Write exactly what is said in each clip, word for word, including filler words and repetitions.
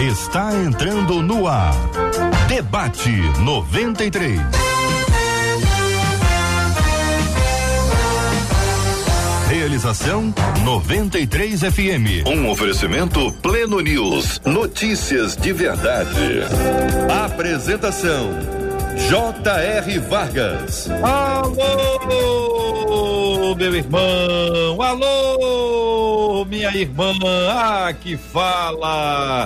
está entrando no ar. Debate noventa e três. Realização noventa e três F M. Um oferecimento Pleno News. Notícias de verdade. Apresentação J R Vargas. Alô, meu irmão. Alô, minha irmã. Ah, que fala.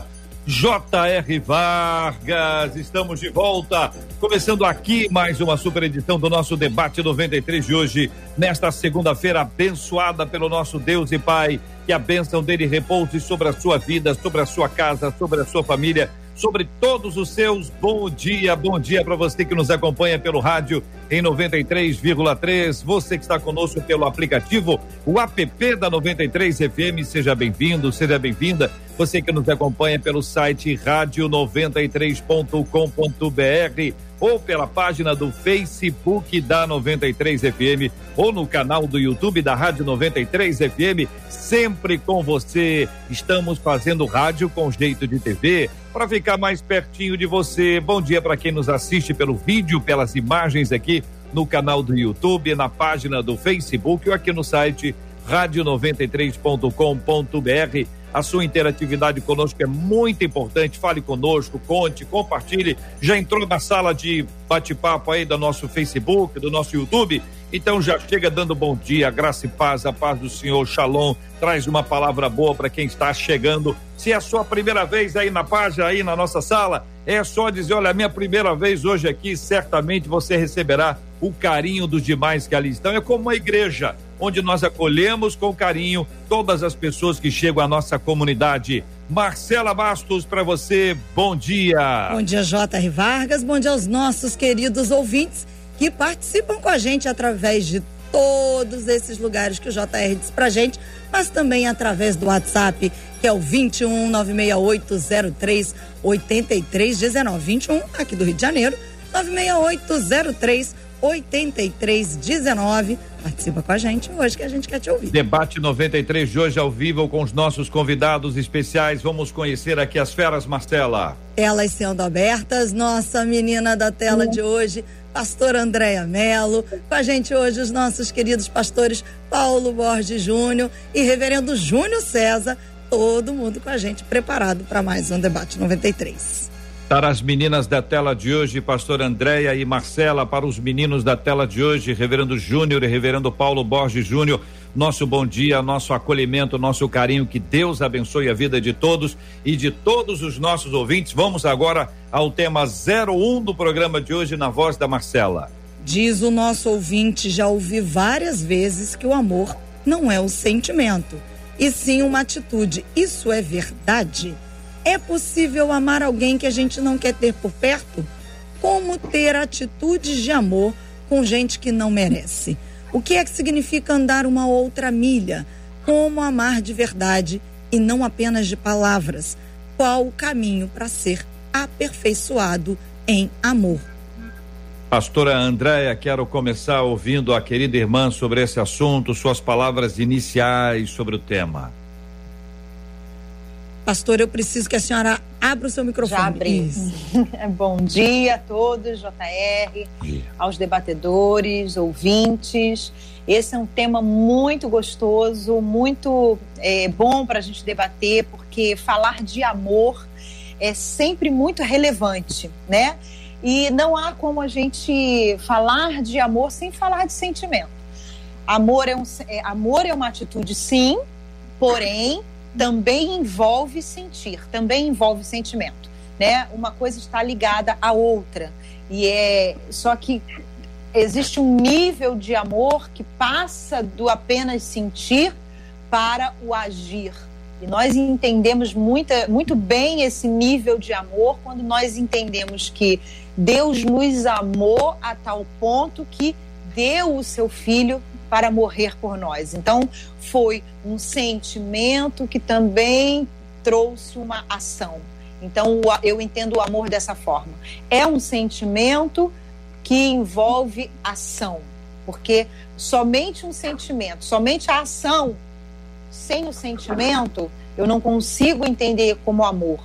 J R Vargas, estamos de volta, começando aqui mais uma super edição do nosso Debate noventa e três de hoje, nesta segunda-feira abençoada pelo nosso Deus e Pai, que a bênção dele repouse sobre a sua vida, sobre a sua casa, sobre a sua família, sobre todos os seus. Bom dia, bom dia para você que nos acompanha pelo rádio em noventa e três vírgula três, você que está conosco pelo aplicativo, o app da noventa e três F M, seja bem-vindo, seja bem-vinda, você que nos acompanha pelo site rádio noventa e três ponto com ponto b r ou pela página do Facebook da noventa e três F M ou no canal do YouTube da Rádio noventa e três F M, sempre com você. Estamos fazendo rádio com jeito de T V para ficar mais pertinho de você. Bom dia para quem nos assiste pelo vídeo, pelas imagens aqui no canal do YouTube, na página do Facebook ou aqui no site rádio noventa e três ponto com ponto b r. A sua interatividade conosco é muito importante. Fale conosco, conte, compartilhe. Já entrou na sala de bate-papo aí do nosso Facebook, do nosso YouTube? Então já chega dando bom dia, graça e paz, a paz do Senhor, Shalom. Traz uma palavra boa para quem está chegando. Se é a sua primeira vez aí na página, aí na nossa sala, é só dizer, olha, a minha primeira vez hoje aqui, certamente você receberá o carinho dos demais que ali estão. É como uma igreja, onde nós acolhemos com carinho todas as pessoas que chegam à nossa comunidade. Marcela Bastos, para você, bom dia. Bom dia, J R Vargas, bom dia aos nossos queridos ouvintes que participam com a gente através de todos esses lugares que o J R disse pra gente, mas também através do WhatsApp, que é o vinte e um, nove seis oito, zero três, oito três um nove, vinte e um, aqui do Rio de Janeiro, nove seis oito, zero três, oito três um nove. Participa com a gente hoje que a gente quer te ouvir. Debate noventa e três de hoje ao vivo com os nossos convidados especiais. Vamos conhecer aqui as feras, Marcela. Elas sendo abertas, nossa menina da tela uhum. de hoje, pastora Andréia Mello, com a gente hoje os nossos queridos pastores Paulo Borges Júnior e reverendo Júnior César, todo mundo com a gente preparado para mais um Debate noventa e três. Para as meninas da tela de hoje, pastor Andréia e Marcela, para os meninos da tela de hoje, reverendo Júnior e reverendo Paulo Borges Júnior, nosso bom dia, nosso acolhimento, nosso carinho, que Deus abençoe a vida de todos e de todos os nossos ouvintes. Vamos agora ao tema zero um do programa de hoje, na voz da Marcela. Diz o nosso ouvinte, já ouvi várias vezes que o amor não é um sentimento, e sim uma atitude. Isso é verdade? É possível amar alguém que a gente não quer ter por perto? Como ter atitudes de amor com gente que não merece? O que é que significa andar uma outra milha? Como amar de verdade e não apenas de palavras? Qual o caminho para ser aperfeiçoado em amor? Pastora Andréia, quero começar ouvindo a querida irmã sobre esse assunto, suas palavras iniciais sobre o tema. Pastor, eu preciso que a senhora abra o seu microfone. Já abri. Bom dia a todos, J R, dia. Aos debatedores, ouvintes. Esse é um tema muito gostoso, muito é, bom para a gente debater, porque falar de amor é sempre muito relevante, né? E não há como a gente falar de amor sem falar de sentimento. Amor é, um, é, amor é uma atitude, sim, porém também envolve sentir, também envolve sentimento, né? Uma coisa está ligada à outra, e é só que existe um nível de amor que passa do apenas sentir para o agir, e nós entendemos muito, muito bem esse nível de amor quando nós entendemos que Deus nos amou a tal ponto que deu o seu filho para morrer por nós. Então, foi um sentimento que também trouxe uma ação. Então, eu entendo o amor dessa forma. É um sentimento que envolve ação, porque somente um sentimento, somente a ação, sem o sentimento, eu não consigo entender como amor.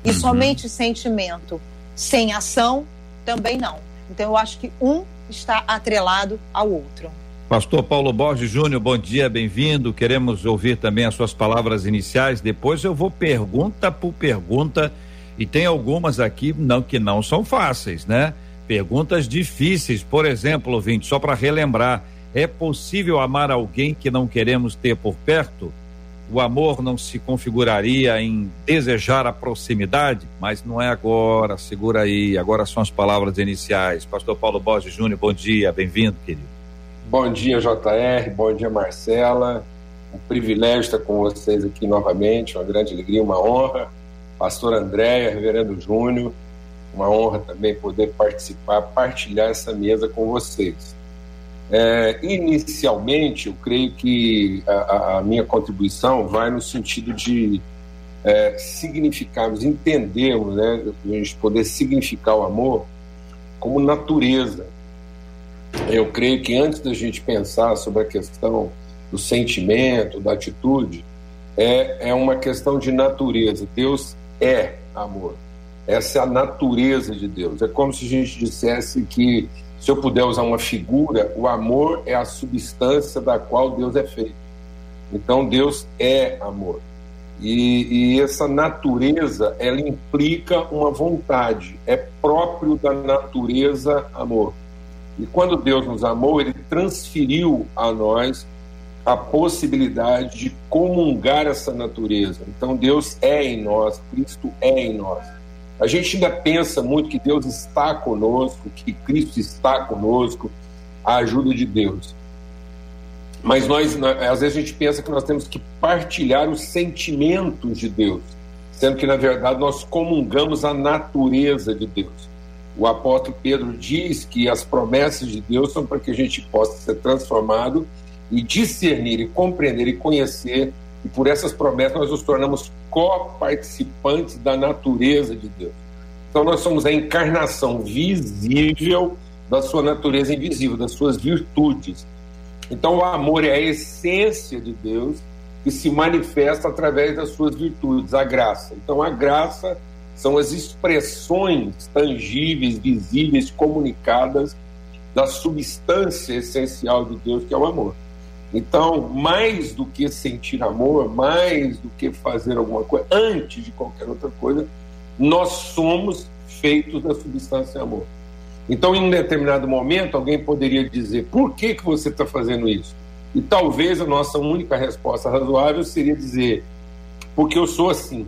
E uhum. somente sentimento sem ação, também não. Então eu acho que um está atrelado ao outro. Pastor Paulo Borges Júnior, bom dia, bem-vindo. Queremos ouvir também as suas palavras iniciais. Depois eu vou pergunta por pergunta, e tem algumas aqui não, que não são fáceis, né? Perguntas difíceis. Por exemplo, ouvinte, só para relembrar, é possível amar alguém que não queremos ter por perto? O amor não se configuraria em desejar a proximidade? Mas não é agora, segura aí, agora são as palavras iniciais. Pastor Paulo Borges Júnior, bom dia, bem-vindo, querido. Bom dia, J R, bom dia, Marcela. Um privilégio estar com vocês aqui novamente, uma grande alegria, uma honra. Pastor Andréia, Reverendo Júnior, uma honra também poder participar, partilhar essa mesa com vocês. É, inicialmente, eu creio que a, a minha contribuição vai no sentido de é, significarmos, entendermos, né, a gente poder significar o amor como natureza. Eu creio que antes da gente pensar sobre a questão do sentimento, da atitude, é, é uma questão de natureza. Deus é amor. Essa é a natureza de Deus. É como se a gente dissesse que, se eu puder usar uma figura, o amor é a substância da qual Deus é feito. Então Deus é amor. E, e essa natureza, ela implica uma vontade. É próprio da natureza amor. E quando Deus nos amou, Ele transferiu a nós a possibilidade de comungar essa natureza. Então Deus é em nós, Cristo é em nós. A gente ainda pensa muito que Deus está conosco, que Cristo está conosco, a ajuda de Deus. Mas nós, às vezes a gente pensa que nós temos que partilhar os sentimentos de Deus, sendo que na verdade nós comungamos a natureza de Deus. O apóstolo Pedro diz que as promessas de Deus são para que a gente possa ser transformado e discernir, e compreender e conhecer, e por essas promessas nós nos tornamos coparticipantes da natureza de Deus. Então nós somos a encarnação visível da sua natureza invisível, das suas virtudes. Então o amor é a essência de Deus que se manifesta através das suas virtudes, a graça. Então a graça são as expressões tangíveis, visíveis, comunicadas da substância essencial de Deus, que é o amor. Então, mais do que sentir amor, mais do que fazer alguma coisa, antes de qualquer outra coisa, nós somos feitos da substância amor. Então, em um determinado momento, alguém poderia dizer: por que que você está fazendo isso? E talvez a nossa única resposta razoável seria dizer: porque eu sou assim.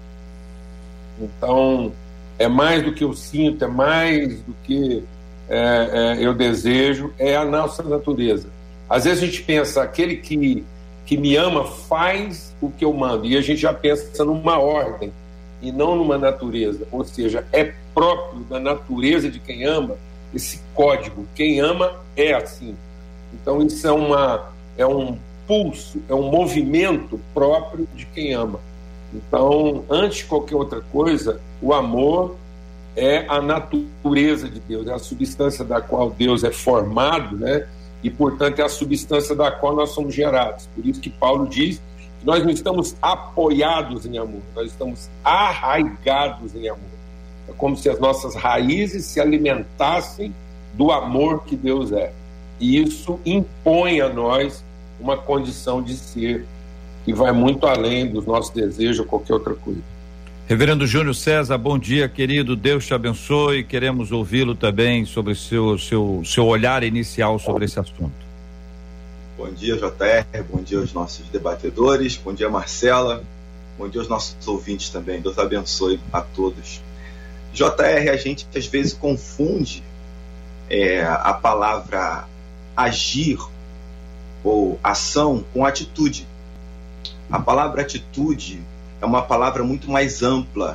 Então, é mais do que eu sinto, é mais do que é, é, eu desejo, é a nossa natureza. Às vezes a gente pensa, aquele que, que me ama faz o que eu mando, e a gente já pensa numa ordem e não numa natureza. Ou seja, é próprio da natureza de quem ama esse código. Quem ama é assim. Então isso é, uma, é um pulso, é um movimento próprio de quem ama. Então, antes de qualquer outra coisa, o amor é a natureza de Deus, é a substância da qual Deus é formado, né? E, portanto, é a substância da qual nós somos gerados. Por isso que Paulo diz que nós não estamos apoiados em amor, nós estamos arraigados em amor. É como se as nossas raízes se alimentassem do amor que Deus é. E isso impõe a nós uma condição de ser que vai muito além dos nossos desejos ou qualquer outra coisa. Reverendo Júnior César, bom dia, querido, Deus te abençoe, queremos ouvi-lo também sobre seu, seu, seu olhar inicial sobre esse assunto. Bom dia, J R, bom dia aos nossos debatedores, bom dia, Marcela, bom dia aos nossos ouvintes também, Deus abençoe a todos. J R, a gente às vezes confunde é, a palavra agir ou ação com atitude. A palavra atitude é uma palavra muito mais ampla.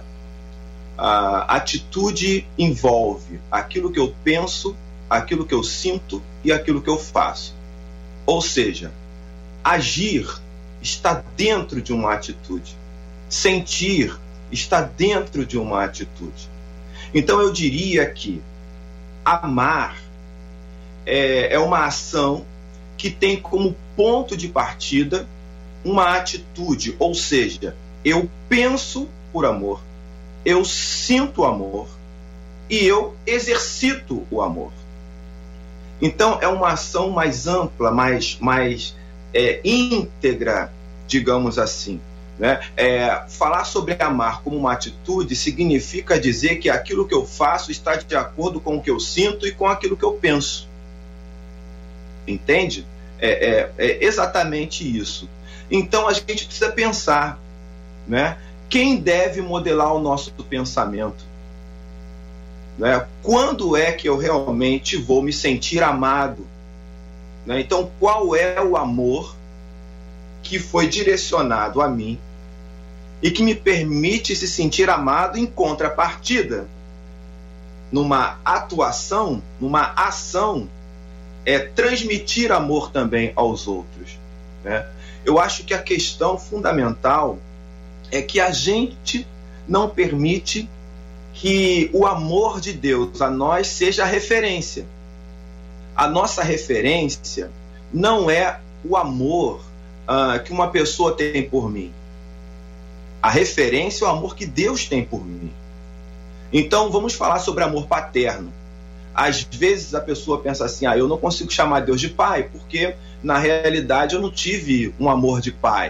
A atitude envolve aquilo que eu penso, aquilo que eu sinto e aquilo que eu faço. Ou seja, agir está dentro de uma atitude. Sentir está dentro de uma atitude. Então eu diria que amar é, é uma ação que tem como ponto de partida uma atitude, ou seja, eu penso por amor, eu sinto o amor e eu exercito o amor. Então é uma ação mais ampla, mais, mais é, íntegra, digamos assim. Né? É, falar sobre amar como uma atitude significa dizer que aquilo que eu faço está de acordo com o que eu sinto e com aquilo que eu penso. Entende? É, é, é exatamente isso. Então a gente precisa pensar, né? Quem deve modelar o nosso pensamento? Né? Quando é que eu realmente vou me sentir amado? Né? Então, qual é o amor que foi direcionado a mim e que me permite se sentir amado em contrapartida? Numa atuação, numa ação, é transmitir amor também aos outros. Né? Eu acho que a questão fundamental é que a gente não permite que o amor de Deus a nós seja a referência. A nossa referência não é o amor uh, que uma pessoa tem por mim. A referência é o amor que Deus tem por mim. Então vamos falar sobre amor paterno. Às vezes a pessoa pensa assim, ah, eu não consigo chamar Deus de pai, porque na realidade eu não tive um amor de pai.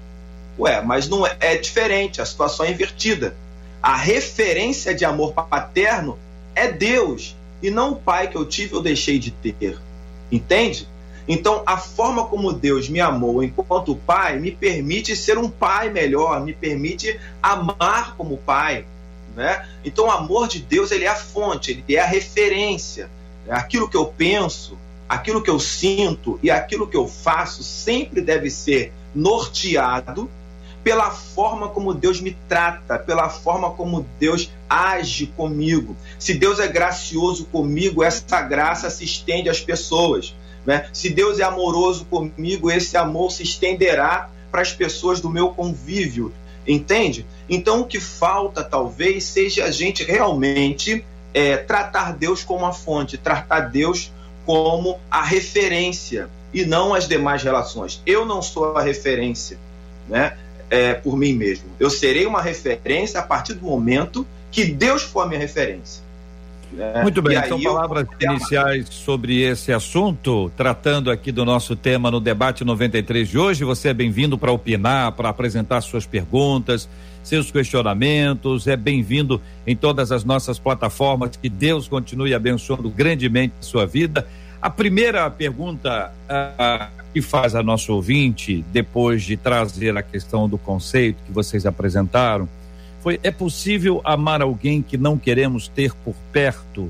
Ué, mas não é, é diferente, a situação é invertida. A referência de amor paterno é Deus, e não o pai que eu tive ou deixei de ter. Entende? Então, a forma como Deus me amou enquanto pai me permite ser um pai melhor, me permite amar como pai. Né? Então, o amor de Deus, ele é a fonte, ele é a referência. Aquilo que eu penso, aquilo que eu sinto e aquilo que eu faço sempre deve ser norteado pela forma como Deus me trata, pela forma como Deus age comigo. Se Deus é gracioso comigo, essa graça se estende às pessoas. Né? Se Deus é amoroso comigo, esse amor se estenderá para as pessoas do meu convívio. Entende? Então o que falta talvez seja a gente realmente é, tratar Deus como a fonte, tratar Deus como a referência e não as demais relações. Eu não sou a referência, né? É, por mim mesmo. Eu serei uma referência a partir do momento que Deus for a minha referência. Né? Muito bem, e então palavras iniciais sobre esse assunto, tratando aqui do nosso tema no debate noventa e três de hoje. Você é bem-vindo para opinar, para apresentar suas perguntas, seus questionamentos, é bem-vindo em todas as nossas plataformas. Que Deus continue abençoando grandemente a sua vida. A primeira pergunta uh, que faz a nosso ouvinte, depois de trazer a questão do conceito que vocês apresentaram, foi: é possível amar alguém que não queremos ter por perto?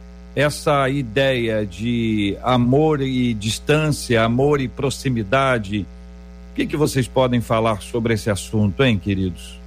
Essa ideia de amor e distância, amor e proximidade, o que, que vocês podem falar sobre esse assunto, hein, queridos?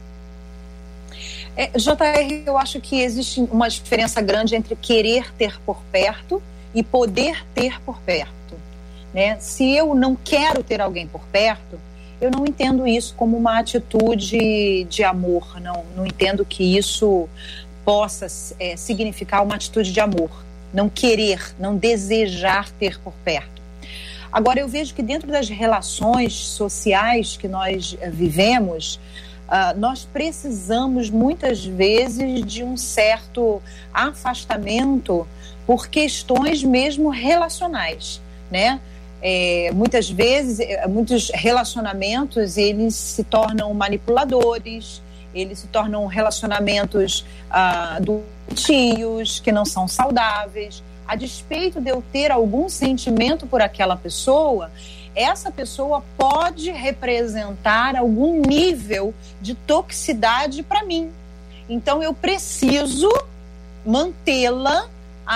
É, J R, eu acho que existe uma diferença grande entre querer ter por perto e poder ter por perto, né? Se eu não quero ter alguém por perto, eu não entendo isso como uma atitude de amor, não, não entendo que isso possa é, significar uma atitude de amor, não querer, não desejar ter por perto. Agora, eu vejo que dentro das relações sociais que nós vivemos, uh, nós precisamos muitas vezes de um certo afastamento por questões mesmo relacionais, né? É, muitas vezes, muitos relacionamentos, eles se tornam manipuladores, eles se tornam relacionamentos ah, doentios, que não são saudáveis. A despeito de eu ter algum sentimento por aquela pessoa, essa pessoa pode representar algum nível de toxicidade para mim. Então, eu preciso mantê-la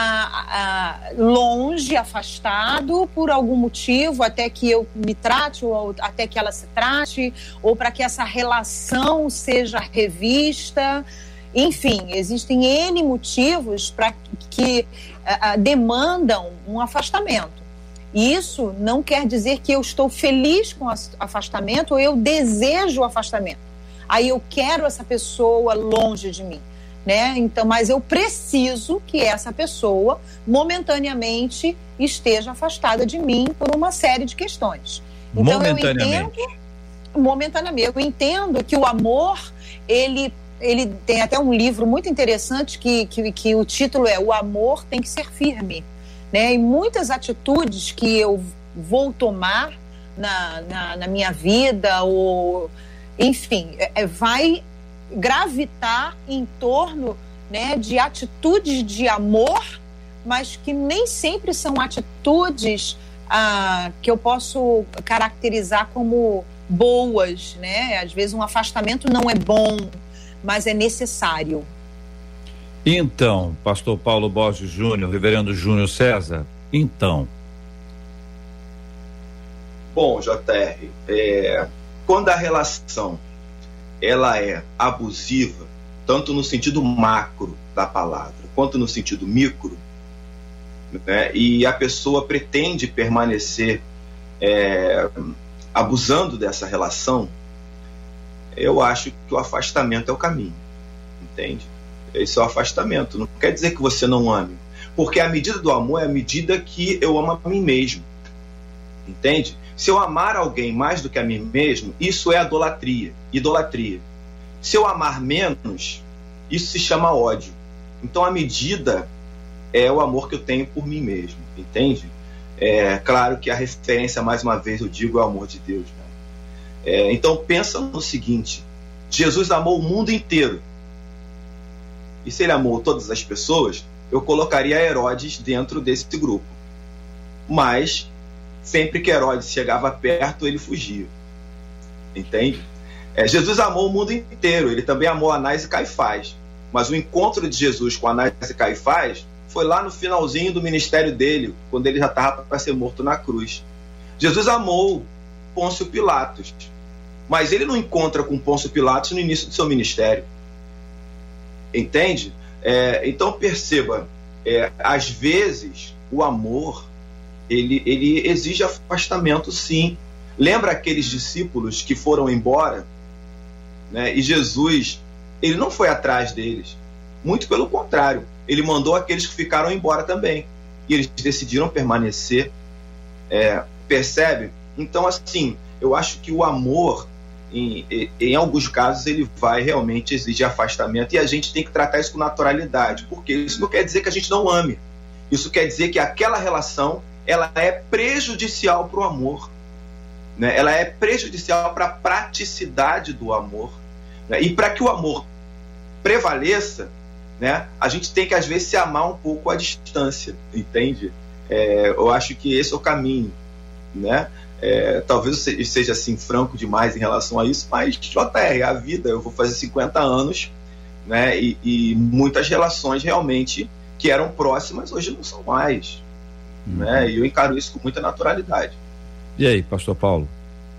A, a, longe, afastado por algum motivo, até que eu me trate ou até que ela se trate, ou para que essa relação seja revista. Enfim, existem N motivos para que a, a, demandam um afastamento. Isso não quer dizer que eu estou feliz com o afastamento ou eu desejo o afastamento. Aí eu quero essa pessoa longe de mim. Né? Então, mas eu preciso que essa pessoa momentaneamente esteja afastada de mim por uma série de questões. Então, momentaneamente. eu entendo momentaneamente. Eu entendo que o amor, ele ele tem até um livro muito interessante que, que, que o título é O Amor Tem que Ser Firme, né? E muitas atitudes que eu vou tomar na, na, na minha vida, ou enfim, é, vai gravitar em torno, né, de atitudes de amor, mas que nem sempre são atitudes ah, que eu posso caracterizar como boas, né? Às vezes um afastamento não é bom, mas é necessário. Então, pastor Paulo Borges Júnior, reverendo Júnior César, então. Bom, J R, é, quando a relação ela é abusiva, tanto no sentido macro da palavra, quanto no sentido micro, né, e a pessoa pretende permanecer é, abusando dessa relação, eu acho que o afastamento é o caminho, entende? Esse é o afastamento. Não quer dizer que você não ame, porque a medida do amor é a medida que eu amo a mim mesmo, entende? Se eu amar alguém mais do que a mim mesmo, isso é idolatria. Idolatria. Se eu amar menos, isso se chama ódio. Então a medida é o amor que eu tenho por mim mesmo, entende? É claro que a referência, mais uma vez eu digo, é o amor de Deus, né? É, então pensa no seguinte: Jesus amou o mundo inteiro, e se ele amou todas as pessoas, eu colocaria Herodes dentro desse grupo, mas sempre que Herodes chegava perto, ele fugia, entende? É, Jesus amou o mundo inteiro, ele também amou Anás e Caifás, mas o encontro de Jesus com Anás e Caifás foi lá no finalzinho do ministério dele, quando ele já estava para ser morto na cruz. Jesus amou Pôncio Pilatos, mas ele não encontra com Pôncio Pilatos no início do seu ministério, entende? É, então perceba, é, às vezes o amor ele, ele exige afastamento, sim. Lembra aqueles discípulos que foram embora, né? E Jesus, ele não foi atrás deles, muito pelo contrário, ele mandou aqueles que ficaram embora também, e eles decidiram permanecer. É, percebe? Então, assim, eu acho que o amor, Em, em alguns casos, ele vai realmente exigir afastamento, e a gente tem que tratar isso com naturalidade, porque isso não quer dizer que a gente não ame, isso quer dizer que aquela relação ela é prejudicial para o amor, né? Ela é prejudicial para a praticidade do amor, né? E para que o amor prevaleça, né, a gente tem que às vezes se amar um pouco à distância, entende? É, eu acho que esse é o caminho, né? É, talvez eu seja assim franco demais em relação a isso, mas J R, a vida, eu vou fazer cinquenta anos, né, e, e muitas relações realmente que eram próximas hoje não são mais, uhum. né, e eu encaro isso com muita naturalidade. E aí, pastor Paulo?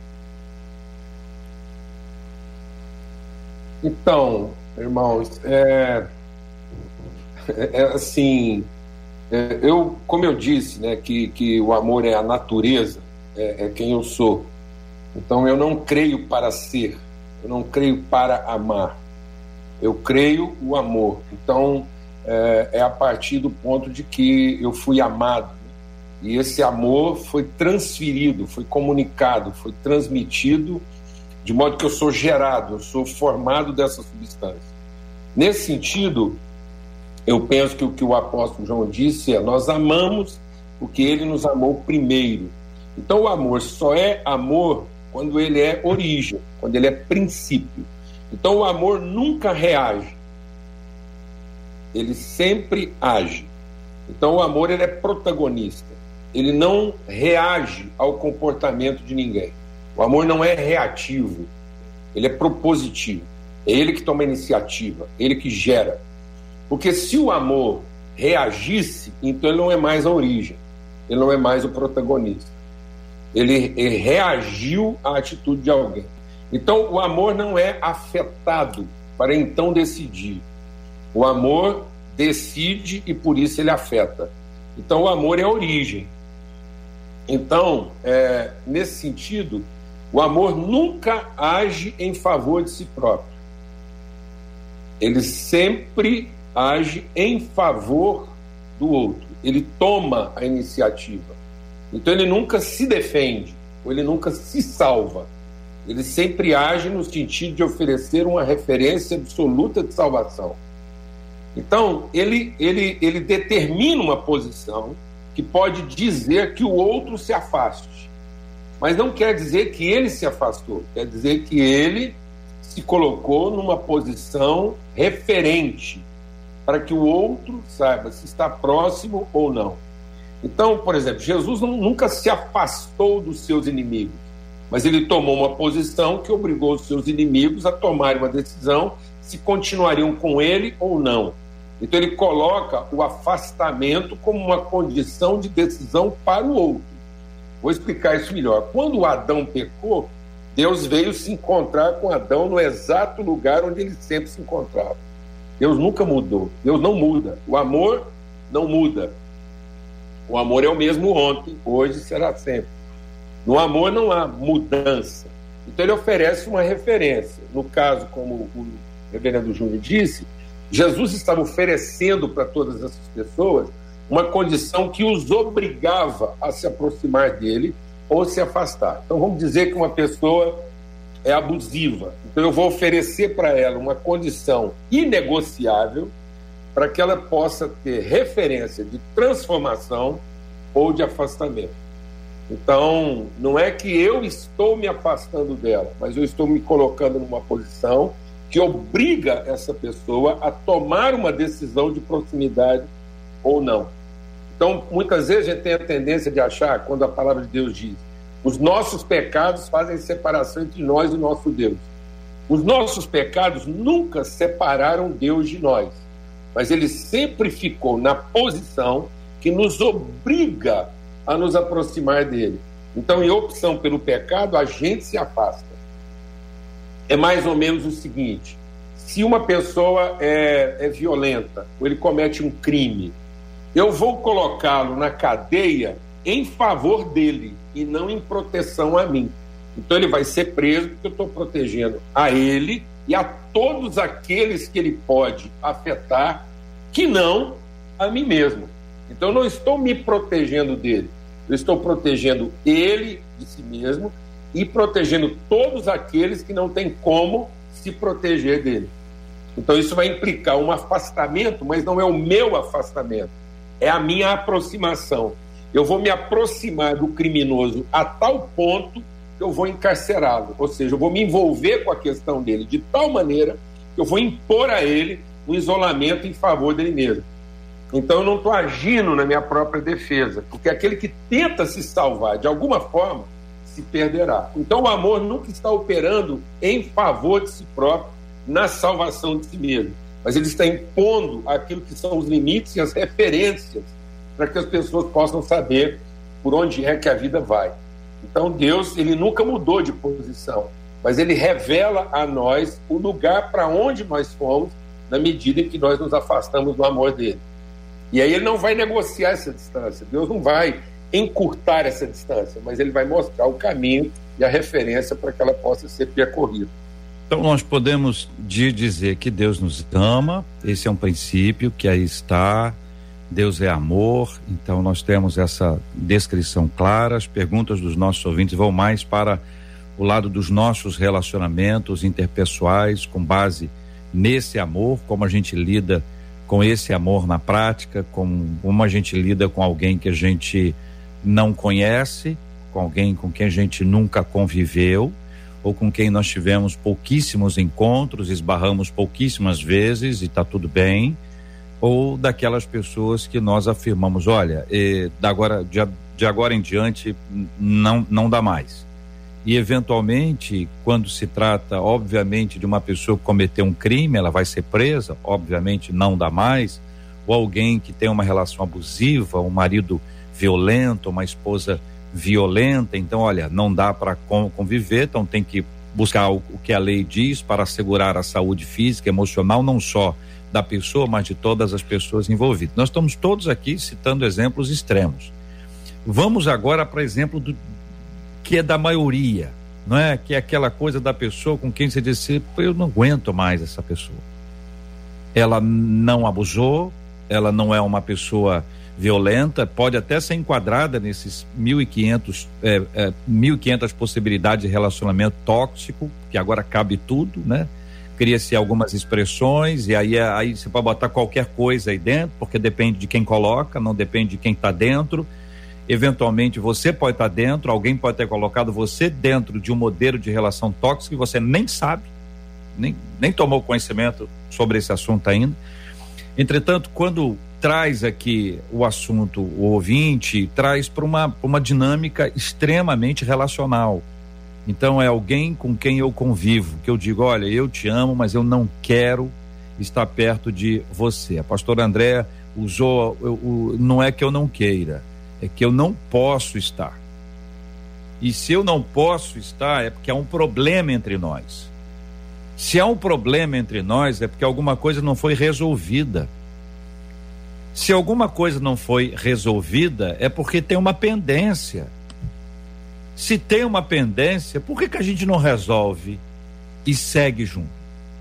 Então, irmãos, é, é assim, é, eu, como eu disse, né, que, que o amor é a natureza, É, é quem eu sou. Então eu não creio para ser, eu não creio para amar, eu creio o amor. Então é, é a partir do ponto de que eu fui amado, e esse amor foi transferido, foi comunicado, foi transmitido, de modo que eu sou gerado, eu sou formado dessa substância. Nesse sentido, eu penso que o que o apóstolo João disse é: nós amamos porque ele nos amou primeiro. Então o amor só é amor quando ele é origem, quando ele é princípio. Então o amor nunca reage, ele sempre age. Então o amor ele é protagonista, ele não reage ao comportamento de ninguém. O amor não é reativo, ele é propositivo, é ele que toma a iniciativa, ele que gera. Porque se o amor reagisse, então ele não é mais a origem, ele não é mais o protagonista. Ele, ele reagiu à atitude de alguém. Então o amor não é afetado para então decidir. O amor decide e por isso ele afeta. Então o amor é a origem. Então, é, nesse sentido, o amor nunca age em favor de si próprio. Ele sempre age em favor do outro. Ele toma a iniciativa. Então ele nunca se defende, ou ele nunca se salva. Ele sempre age no sentido de oferecer uma referência absoluta de salvação. Então, ele, ele, ele determina uma posição que pode dizer que o outro se afaste. Mas não quer dizer que ele se afastou, quer dizer que ele se colocou numa posição referente para que o outro saiba se está próximo ou não. Então, por exemplo, Jesus não, nunca se afastou dos seus inimigos, mas ele tomou uma posição que obrigou os seus inimigos a tomarem uma decisão se continuariam com ele ou não. Então ele coloca o afastamento como uma condição de decisão para o outro. Vou explicar isso melhor. Quando Adão pecou, Deus veio se encontrar com Adão no exato lugar onde ele sempre se encontrava. Deus nunca mudou. Deus não muda. O amor não muda. O amor é o mesmo ontem, hoje será sempre. No amor não há mudança. Então ele oferece uma referência. No caso, como o reverendo Júnior disse, Jesus estava oferecendo para todas essas pessoas uma condição que os obrigava a se aproximar dele ou se afastar. Então vamos dizer que uma pessoa é abusiva. Então eu vou oferecer para ela uma condição inegociável para que ela possa ter referência de transformação ou de afastamento. Então, não é que eu estou me afastando dela, mas eu estou me colocando numa posição que obriga essa pessoa a tomar uma decisão de proximidade ou não. Então, muitas vezes a gente tem a tendência de achar, quando a palavra de Deus diz, os nossos pecados fazem separação entre nós e o nosso Deus. Os nossos pecados nunca separaram Deus de nós, mas ele sempre ficou na posição que nos obriga a nos aproximar dele. Então, em opção pelo pecado, a gente se afasta. É mais ou menos o seguinte: se uma pessoa é, é violenta, ou ele comete um crime, eu vou colocá-lo na cadeia em favor dele e não em proteção a mim. Então ele vai ser preso porque eu estou protegendo a ele e a todos aqueles que ele pode afetar, que não a mim mesmo. Então eu não estou me protegendo dele, eu estou protegendo ele de si mesmo e protegendo todos aqueles que não têm como se proteger dele. Então isso vai implicar um afastamento, mas não é o meu afastamento, é a minha aproximação. Eu vou me aproximar do criminoso a tal ponto que eu vou encarcerá-lo, ou seja, eu vou me envolver com a questão dele de tal maneira que eu vou impor a ele um isolamento em favor dele mesmo. Então eu não estou agindo na minha própria defesa, porque aquele que tenta se salvar de alguma forma se perderá. Então o amor nunca está operando em favor de si próprio na salvação de si mesmo, mas ele está impondo aquilo que são os limites e as referências para que as pessoas possam saber por onde é que a vida vai. Então Deus, ele nunca mudou de posição, mas ele revela a nós o lugar para onde nós fomos na medida em que nós nos afastamos do amor dele. E aí ele não vai negociar essa distância, Deus não vai encurtar essa distância, mas ele vai mostrar o caminho e a referência para que ela possa ser percorrida. Então nós podemos dizer que Deus nos ama, esse é um princípio que aí está, Deus é amor, então nós temos essa descrição clara. As perguntas dos nossos ouvintes vão mais para o lado dos nossos relacionamentos interpessoais, com base nesse amor, como a gente lida com esse amor na prática, como, como a gente lida com alguém que a gente não conhece, com alguém com quem a gente nunca conviveu, ou com quem nós tivemos pouquíssimos encontros, esbarramos pouquíssimas vezes e está tudo bem, ou daquelas pessoas que nós afirmamos, olha, eh, da agora, de, de agora em diante não, não dá mais. E eventualmente, quando se trata, obviamente, de uma pessoa que cometeu um crime, ela vai ser presa, obviamente não dá mais, ou alguém que tem uma relação abusiva, um marido violento, uma esposa violenta, então olha, não dá para conviver, então tem que buscar o, o que a lei diz para assegurar a saúde física, emocional, não só da pessoa, mas de todas as pessoas envolvidas. Nós estamos todos aqui citando exemplos extremos. Vamos agora para exemplo do que é da maioria, não é? Que é aquela coisa da pessoa com quem você diz, eu não aguento mais essa pessoa. Ela não abusou, ela não é uma pessoa violenta, pode até ser enquadrada nesses mil e quinhentos, é, é, mil e quinhentas possibilidades de relacionamento tóxico, que agora cabe tudo, né? Cria-se algumas expressões e aí, aí você pode botar qualquer coisa aí dentro, porque depende de quem coloca, não depende de quem está dentro. Eventualmente você pode estar dentro, alguém pode ter colocado você dentro de um modelo de relação tóxica e você nem sabe, nem, nem tomou conhecimento sobre esse assunto ainda. Entretanto, quando traz aqui o assunto, o ouvinte traz para uma, uma dinâmica extremamente relacional. Então é alguém com quem eu convivo, que eu digo, olha, eu te amo, mas eu não quero estar perto de você. A pastora Andréa usou, eu, eu, não é que eu não queira, é que eu não posso estar. E se eu não posso estar, é porque há um problema entre nós. Se há um problema entre nós, é porque alguma coisa não foi resolvida. Se alguma coisa não foi resolvida, é porque tem uma pendência. Se tem uma pendência, por que que a gente não resolve e segue junto?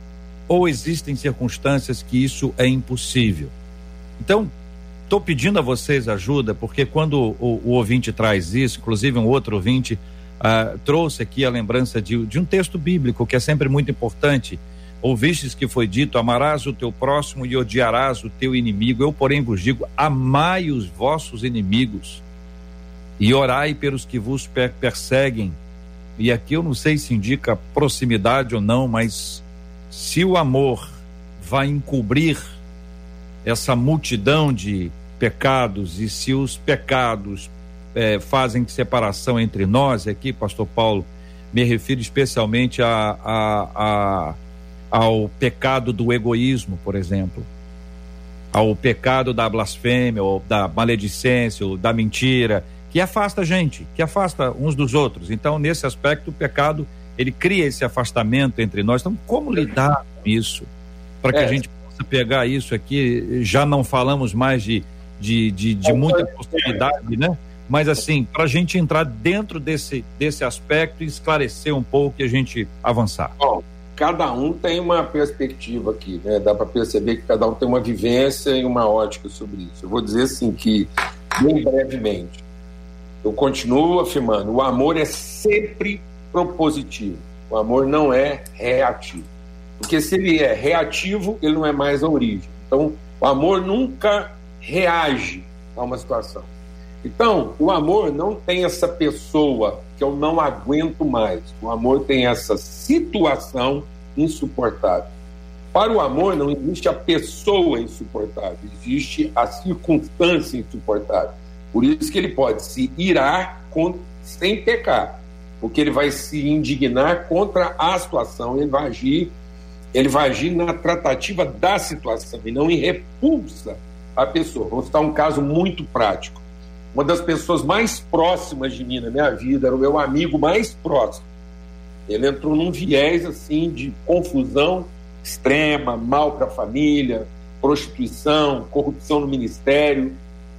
Ou existem circunstâncias que isso é impossível? Então, estou pedindo a vocês ajuda, porque quando o, o ouvinte traz isso, inclusive um outro ouvinte uh, trouxe aqui a lembrança de, de um texto bíblico que é sempre muito importante. Ouvistes que foi dito, amarás o teu próximo e odiarás o teu inimigo. Eu, porém, vos digo, amai os vossos inimigos e orai pelos que vos per- perseguem. E aqui eu não sei se indica proximidade ou não, mas se o amor vai encobrir essa multidão de pecados e se os pecados eh, fazem separação entre nós, aqui, pastor Paulo, me refiro especialmente a, a, a, ao pecado do egoísmo, por exemplo, ao pecado da blasfêmia, ou da maledicência, ou da mentira, que afasta a gente, que afasta uns dos outros. Então, nesse aspecto, o pecado, ele cria esse afastamento entre nós. Então, como lidar com isso? Para que é. a gente possa pegar isso aqui, já não falamos mais de, de, de, de muita possibilidade, né? Mas assim, para a gente entrar dentro desse, desse aspecto e esclarecer um pouco e a gente avançar. Bom, cada um tem uma perspectiva aqui, né? Dá para perceber que cada um tem uma vivência e uma ótica sobre isso. Eu vou dizer assim que, bem brevemente, eu continuo afirmando, o amor é sempre propositivo, o amor não é reativo, porque se ele é reativo, ele não é mais a origem. Então, o amor nunca reage a uma situação. Então, o amor não tem essa pessoa que eu não aguento mais, o amor tem essa situação insuportável. Para o amor não existe a pessoa insuportável, existe a circunstância insuportável. Por isso que ele pode se irar contra, sem pecar, porque ele vai se indignar contra a situação, ele vai agir, ele vai agir na tratativa da situação e não em repulsa à pessoa. Vou citar um caso muito prático. Uma das pessoas mais próximas de mim na minha vida era o meu amigo mais próximo. Ele entrou num viés assim de confusão extrema, mal para a família, prostituição, corrupção no ministério.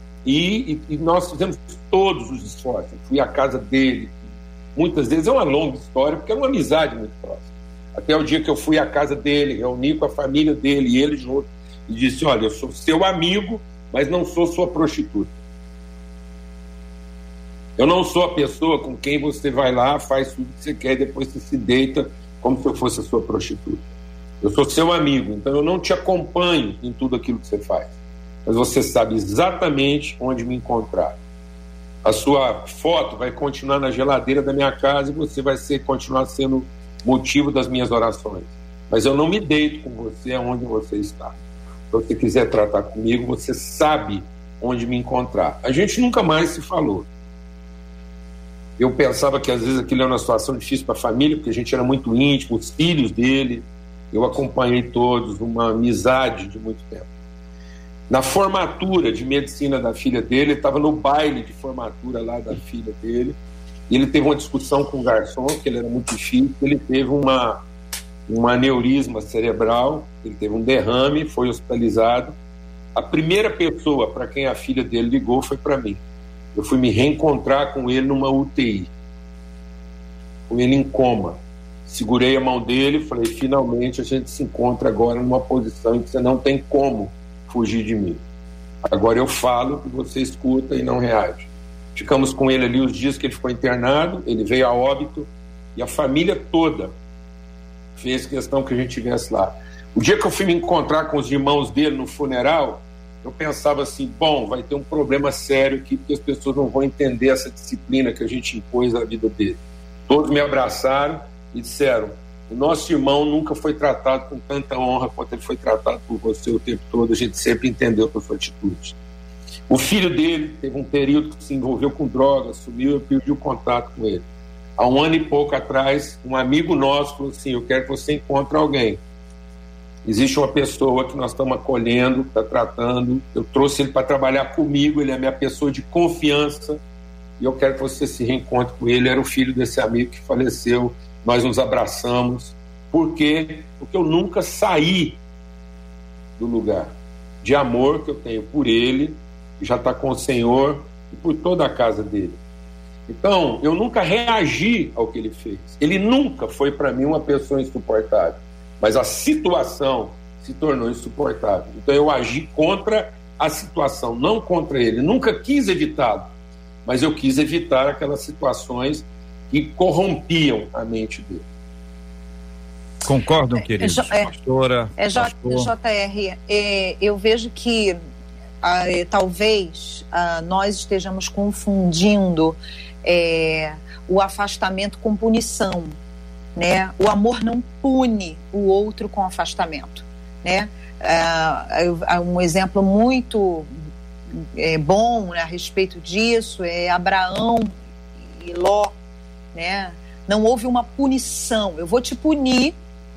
E, e, e nós fizemos todos os esforços. Eu fui à casa dele. Muitas vezes é uma longa história, porque é uma amizade muito próxima. Até o dia que eu fui à casa dele, reuni com a família dele e ele junto, e disse, olha, eu sou seu amigo, mas não sou sua prostituta. Eu não sou a pessoa com quem você vai lá, faz tudo que você quer e depois você se deita como se eu fosse a sua prostituta. Eu sou seu amigo, então eu não te acompanho em tudo aquilo que você faz. Mas você sabe exatamente onde me encontrar. A sua foto vai continuar na geladeira da minha casa e você vai ser, continuar sendo motivo das minhas orações. Mas eu não me deito com você aonde você está. Se você quiser tratar comigo, você sabe onde me encontrar. A gente nunca mais se falou. Eu pensava que às vezes aquilo era uma situação difícil para a família, porque a gente era muito íntimo, os filhos dele, eu acompanhei todos, uma amizade de muito tempo. Na formatura de medicina da filha dele, ele estava no baile de formatura lá da filha dele, e ele teve uma discussão com o garçom, que ele era muito difícil, ele teve uma, um aneurisma cerebral, ele teve um derrame, foi hospitalizado. A primeira pessoa para quem a filha dele ligou foi para mim. Eu fui me reencontrar com ele numa U T I, com ele em coma. Segurei a mão dele e falei, finalmente a gente se encontra agora numa posição em que você não tem como fugir de mim. Agora eu falo e você escuta e não reage. Ficamos com ele ali os dias que ele ficou internado, ele veio a óbito e a família toda fez questão que a gente viesse lá. O dia que eu fui me encontrar com os irmãos dele no funeral, eu pensava assim, bom, vai ter um problema sério aqui, porque as pessoas não vão entender essa disciplina que a gente impôs na vida dele. Todos me abraçaram e disseram, o nosso irmão nunca foi tratado com tanta honra quanto ele foi tratado por você o tempo todo, a gente sempre entendeu a sua atitude. O filho dele teve um período que se envolveu com drogas, sumiu, eu perdi o contato com ele. Há um ano e pouco atrás, um amigo nosso falou assim, eu quero que você encontre alguém. Existe uma pessoa que nós estamos acolhendo, está tratando, eu trouxe ele para trabalhar comigo, ele é minha pessoa de confiança, e eu quero que você se reencontre com ele. Era o filho desse amigo que faleceu, nós nos abraçamos. Por quê? Porque eu nunca saí do lugar de amor que eu tenho por ele, que já está com o Senhor, e por toda a casa dele. Então, eu nunca reagi ao que ele fez. Ele nunca foi para mim uma pessoa insuportável, mas a situação se tornou insuportável. Então eu agi contra a situação, não contra ele. Nunca quis evitá-lo, mas eu quis evitar aquelas situações que corrompiam a mente dele. Concordam, queridos? É, pastora, é, J, pastor. J R, é, eu vejo que ah, é, talvez ah, nós estejamos confundindo é, o afastamento com punição. Né? O amor não pune o outro com afastamento, né? Uh, um exemplo muito é, bom, né, a respeito disso é Abraão e Ló, né? Não houve uma punição, eu vou te punir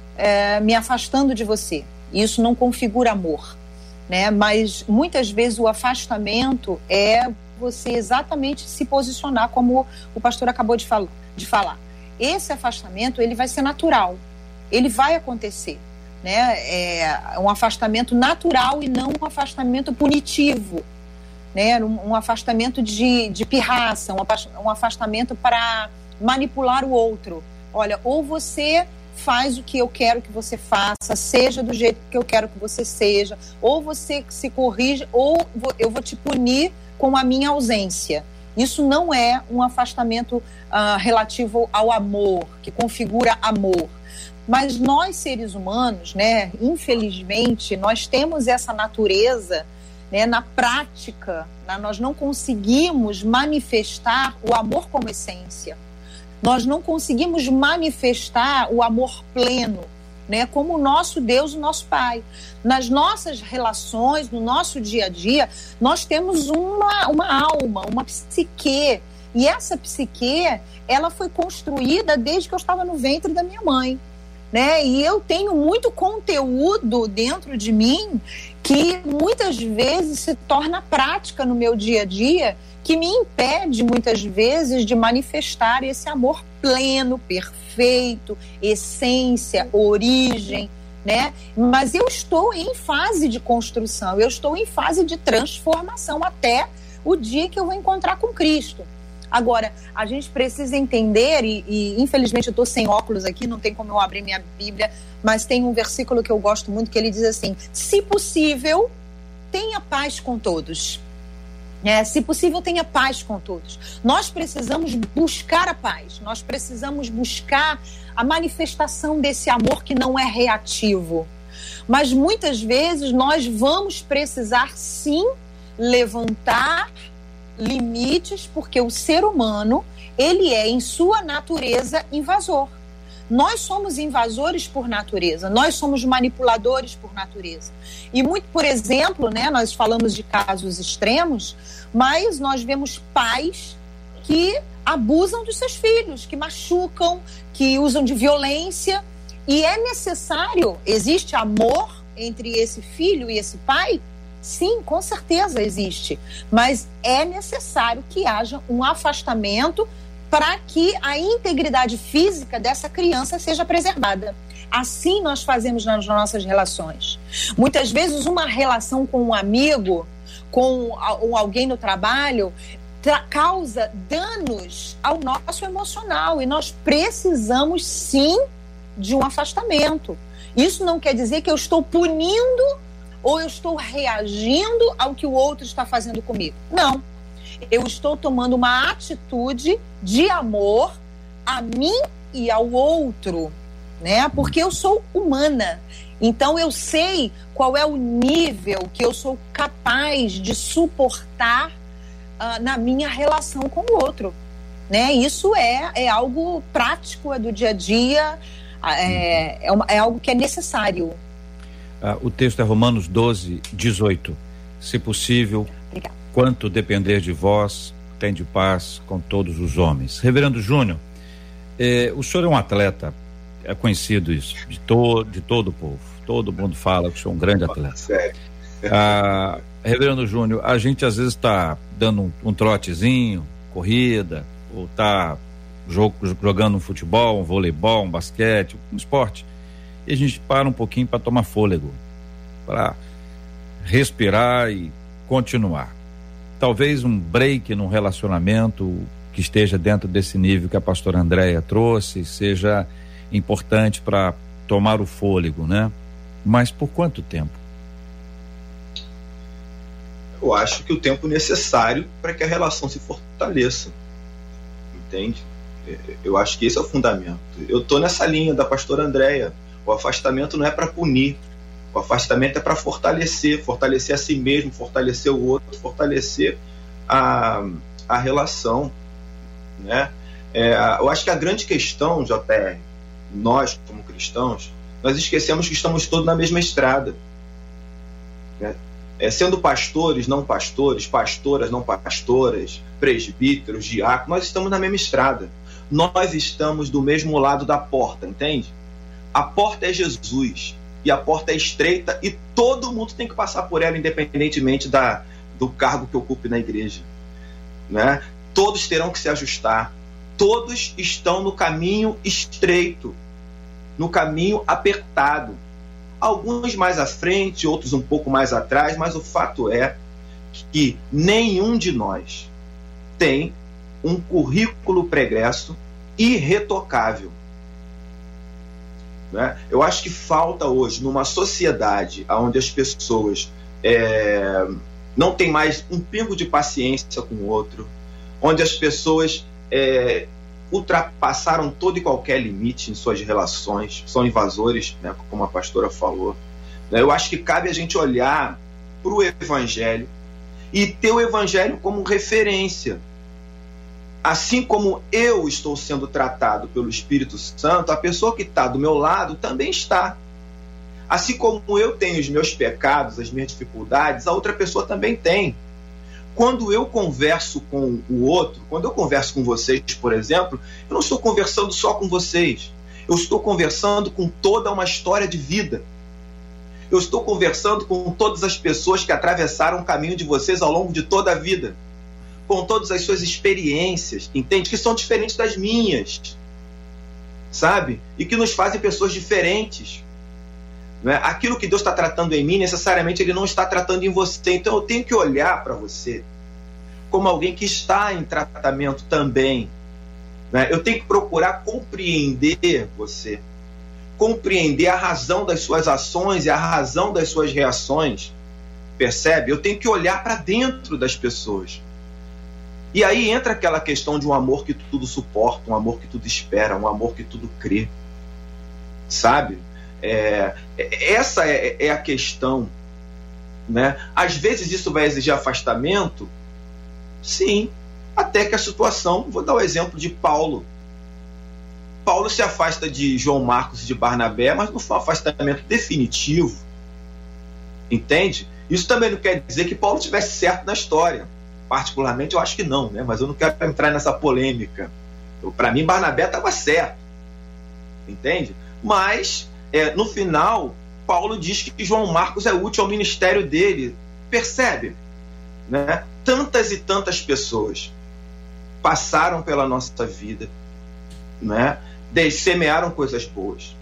é, me afastando de você. Isso não configura amor, né? Mas muitas vezes o afastamento é você exatamente se posicionar como o pastor acabou de, fal- de falar. Esse afastamento, ele vai ser natural, ele vai acontecer, né? É um afastamento natural e não um afastamento punitivo, né? Um, um afastamento de, de pirraça, um, um afastamento para manipular o outro. Olha, ou você faz o que eu quero que você faça, seja do jeito que eu quero que você seja, ou você se corrige, ou eu vou te punir com a minha ausência. Isso não é um afastamento uh, relativo ao amor, que configura amor. Mas nós, seres humanos, né, infelizmente, nós temos essa natureza, né, na prática, né, nós não conseguimos manifestar o amor como essência. Nós não conseguimos manifestar o amor pleno, né, como o nosso Deus, o nosso Pai. Nas nossas relações, no nosso dia a dia, nós temos uma, uma alma, uma psique. E essa psique, ela foi construída desde que eu estava no ventre da minha mãe, né? E eu tenho muito conteúdo dentro de mim que muitas vezes se torna prática no meu dia a dia, que me impede muitas vezes de manifestar esse amor pleno, perfeito, essência, origem, né? Mas eu estou em fase de construção, eu estou em fase de transformação até o dia que eu vou encontrar com Cristo. Agora, a gente precisa entender, e, e infelizmente eu estou sem óculos aqui, não tem como eu abrir minha Bíblia, mas tem um versículo que eu gosto muito, que ele diz assim: se possível, tenha paz com todos. É, se possível, tenha paz com todos. Nós precisamos buscar a paz, nós precisamos buscar a manifestação desse amor que não é reativo. Mas muitas vezes nós vamos precisar sim levantar limites, porque o ser humano, ele é em sua natureza invasor. Nós somos invasores por natureza, nós somos manipuladores por natureza. E muito, por exemplo, né, nós falamos de casos extremos, mas nós vemos pais que abusam dos seus filhos, que machucam, que usam de violência. E é necessário, existe amor entre esse filho e esse pai? Sim, com certeza existe. Mas é necessário que haja um afastamento para que a integridade física dessa criança seja preservada. Assim nós fazemos nas nossas relações. Muitas vezes uma relação com um amigo, com alguém no trabalho, causa danos ao nosso emocional, e nós precisamos sim de um afastamento. Isso não quer dizer que eu estou punindo ou eu estou reagindo ao que o outro está fazendo comigo? Não. Eu estou tomando uma atitude de amor a mim e ao outro, né? Porque eu sou humana. Então eu sei qual é o nível que eu sou capaz de suportar uh, na minha relação com o outro, né? Isso é, é algo prático, é do dia a dia, é, é, uma, é algo que é necessário. Ah, o texto é Romanos doze, dezoito. Se possível, Obrigada. Quanto depender de vós, tende paz com todos os homens. Reverendo Júnior, eh, o senhor é um atleta, é conhecido isso, de, to, de todo o povo. Todo mundo fala que o senhor é um grande atleta. Sério. Ah, Reverendo Júnior, a gente às vezes está dando um, um trotezinho, corrida, ou está jogo, jogando um futebol, um voleibol, um basquete, um esporte, e a gente para um pouquinho para tomar fôlego, para respirar e continuar. Talvez um break num relacionamento que esteja dentro desse nível que a pastora Andréia trouxe seja importante para tomar o fôlego, né? Mas por quanto tempo? Eu acho que o tempo necessário para que a relação se fortaleça, entende? Eu acho que esse é o fundamento. Eu tô nessa linha da pastora Andréia. O afastamento não é para punir, o afastamento é para fortalecer, fortalecer a si mesmo, fortalecer o outro, fortalecer a, a relação, né? É, eu acho que a grande questão, J R, nós como cristãos, nós esquecemos que estamos todos na mesma estrada, né? É, sendo pastores, não pastores, pastoras, não pastoras, presbíteros, diáconos, nós estamos na mesma estrada. Nós estamos do mesmo lado da porta, entende? A porta é Jesus, e a porta é estreita, e todo mundo tem que passar por ela, independentemente da, do cargo que ocupe na igreja, né? Todos terão que se ajustar. Todos estão no caminho estreito, no caminho apertado. Alguns mais à frente, outros um pouco mais atrás, mas o fato é que nenhum de nós tem um currículo pregresso irretocável, né? Eu acho que falta hoje, numa sociedade onde as pessoas é, não têm mais um pingo de paciência com o outro, onde as pessoas é, ultrapassaram todo e qualquer limite em suas relações, são invasores, né, como a pastora falou. Eu acho que cabe a gente olhar para o Evangelho e ter o Evangelho como referência. Assim como eu estou sendo tratado pelo Espírito Santo, a pessoa que está do meu lado também está. Assim como eu tenho os meus pecados, as minhas dificuldades, a outra pessoa também tem. Quando eu converso com o outro, quando eu converso com vocês, por exemplo, eu não estou conversando só com vocês. Eu estou conversando com toda uma história de vida. Eu estou conversando com todas as pessoas que atravessaram o caminho de vocês ao longo de toda a vida, com todas as suas experiências, entende? Que são diferentes das minhas, sabe? E que nos fazem pessoas diferentes. Não é? Aquilo que Deus está tratando em mim, necessariamente Ele não está tratando em você. Então eu tenho que olhar para você como alguém que está em tratamento também. Não é? Eu tenho que procurar compreender você, compreender a razão das suas ações e a razão das suas reações. Percebe? Eu tenho que olhar para dentro das pessoas. E aí entra aquela questão de um amor que tudo suporta, um amor que tudo espera, um amor que tudo crê. Sabe? É, essa é, é a questão, né? Às vezes isso vai exigir afastamento, sim, até que a situação, vou dar o exemplo de Paulo. Paulo se afasta de João Marcos e de Barnabé, mas não foi um afastamento definitivo, entende? Isso também não quer dizer que Paulo estivesse certo na história. Particularmente eu acho que não, né? Mas eu não quero entrar nessa polêmica. Para mim Barnabé estava certo, entende? Mas é, no final Paulo diz que João Marcos é útil ao ministério dele. Percebe? Né? Tantas e tantas pessoas passaram pela nossa vida, né? Semearam coisas boas,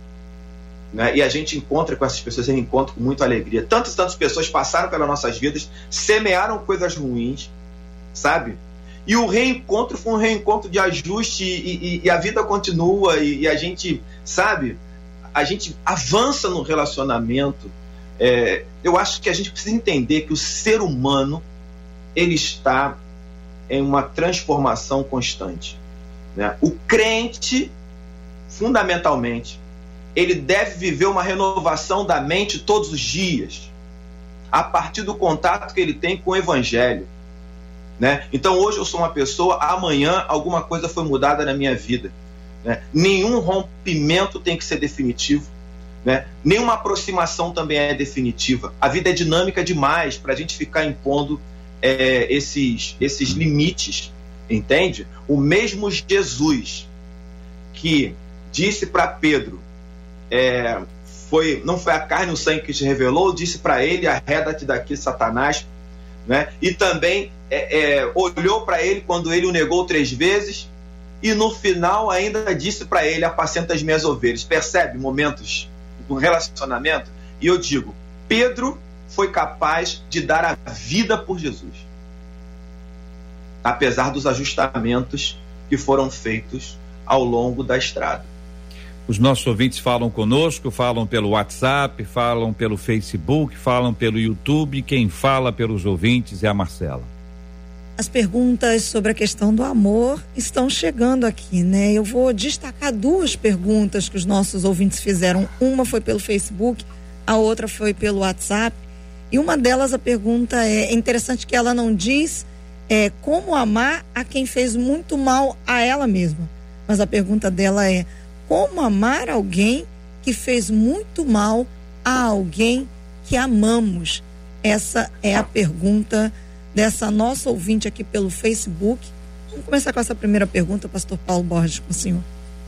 né? E a gente encontra com essas pessoas, eu encontro com muita alegria. Tantas e tantas pessoas passaram pelas nossas vidas, semearam coisas ruins, sabe? E o reencontro foi um reencontro de ajuste e, e, e a vida continua e, e a gente, sabe, a gente avança no relacionamento. É, eu acho que a gente precisa entender que o ser humano ele está em uma transformação constante, né? O crente, fundamentalmente, ele deve viver uma renovação da mente todos os dias, a partir do contato que ele tem com o Evangelho, né? Então hoje eu sou uma pessoa, amanhã alguma coisa foi mudada na minha vida, né? Nenhum rompimento tem que ser definitivo, né? Nenhuma aproximação também é definitiva. A vida é dinâmica demais para a gente ficar impondo é, esses, esses limites, entende? O mesmo Jesus que disse para Pedro, é, foi, não foi a carne e o sangue que te revelou, disse para ele, arreda-te daqui, Satanás, né? E também é, é, olhou para ele quando ele o negou três vezes, e no final ainda disse para ele, apacenta as minhas ovelhas. Percebe momentos do relacionamento? E eu digo, Pedro foi capaz de dar a vida por Jesus, apesar dos ajustamentos que foram feitos ao longo da estrada. Os nossos ouvintes falam conosco, falam pelo WhatsApp, falam pelo Facebook, falam pelo YouTube. Quem fala pelos ouvintes é a Marcela. As perguntas sobre a questão do amor estão chegando aqui, né? Eu vou destacar duas perguntas que os nossos ouvintes fizeram. Uma foi pelo Facebook, a outra foi pelo WhatsApp. E uma delas, a pergunta é, é interessante que ela não diz é, como amar a quem fez muito mal a ela mesma. Mas a pergunta dela é, como amar alguém que fez muito mal a alguém que amamos? Essa é a pergunta dessa nossa ouvinte aqui pelo Facebook. Vamos começar com essa primeira pergunta, pastor Paulo Borges, com o senhor.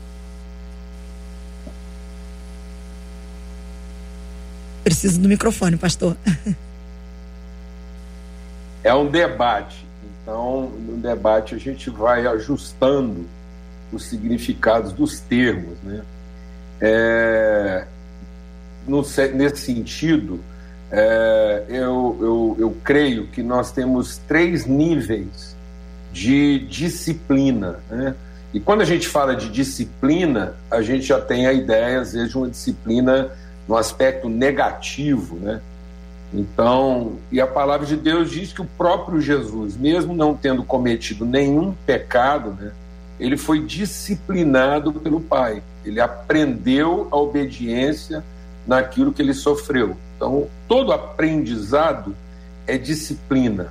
Preciso do microfone, pastor. É um debate, então no debate a gente vai ajustando os significados dos termos, né? É, no, nesse sentido, é, eu, eu, eu creio que nós temos três níveis de disciplina, né? E quando a gente fala de disciplina, a gente já tem a ideia, às vezes, de uma disciplina no aspecto negativo, né? Então, e a palavra de Deus diz que o próprio Jesus, mesmo não tendo cometido nenhum pecado, né, ele foi disciplinado pelo Pai. Ele aprendeu a obediência naquilo que ele sofreu. Então, todo aprendizado é disciplina.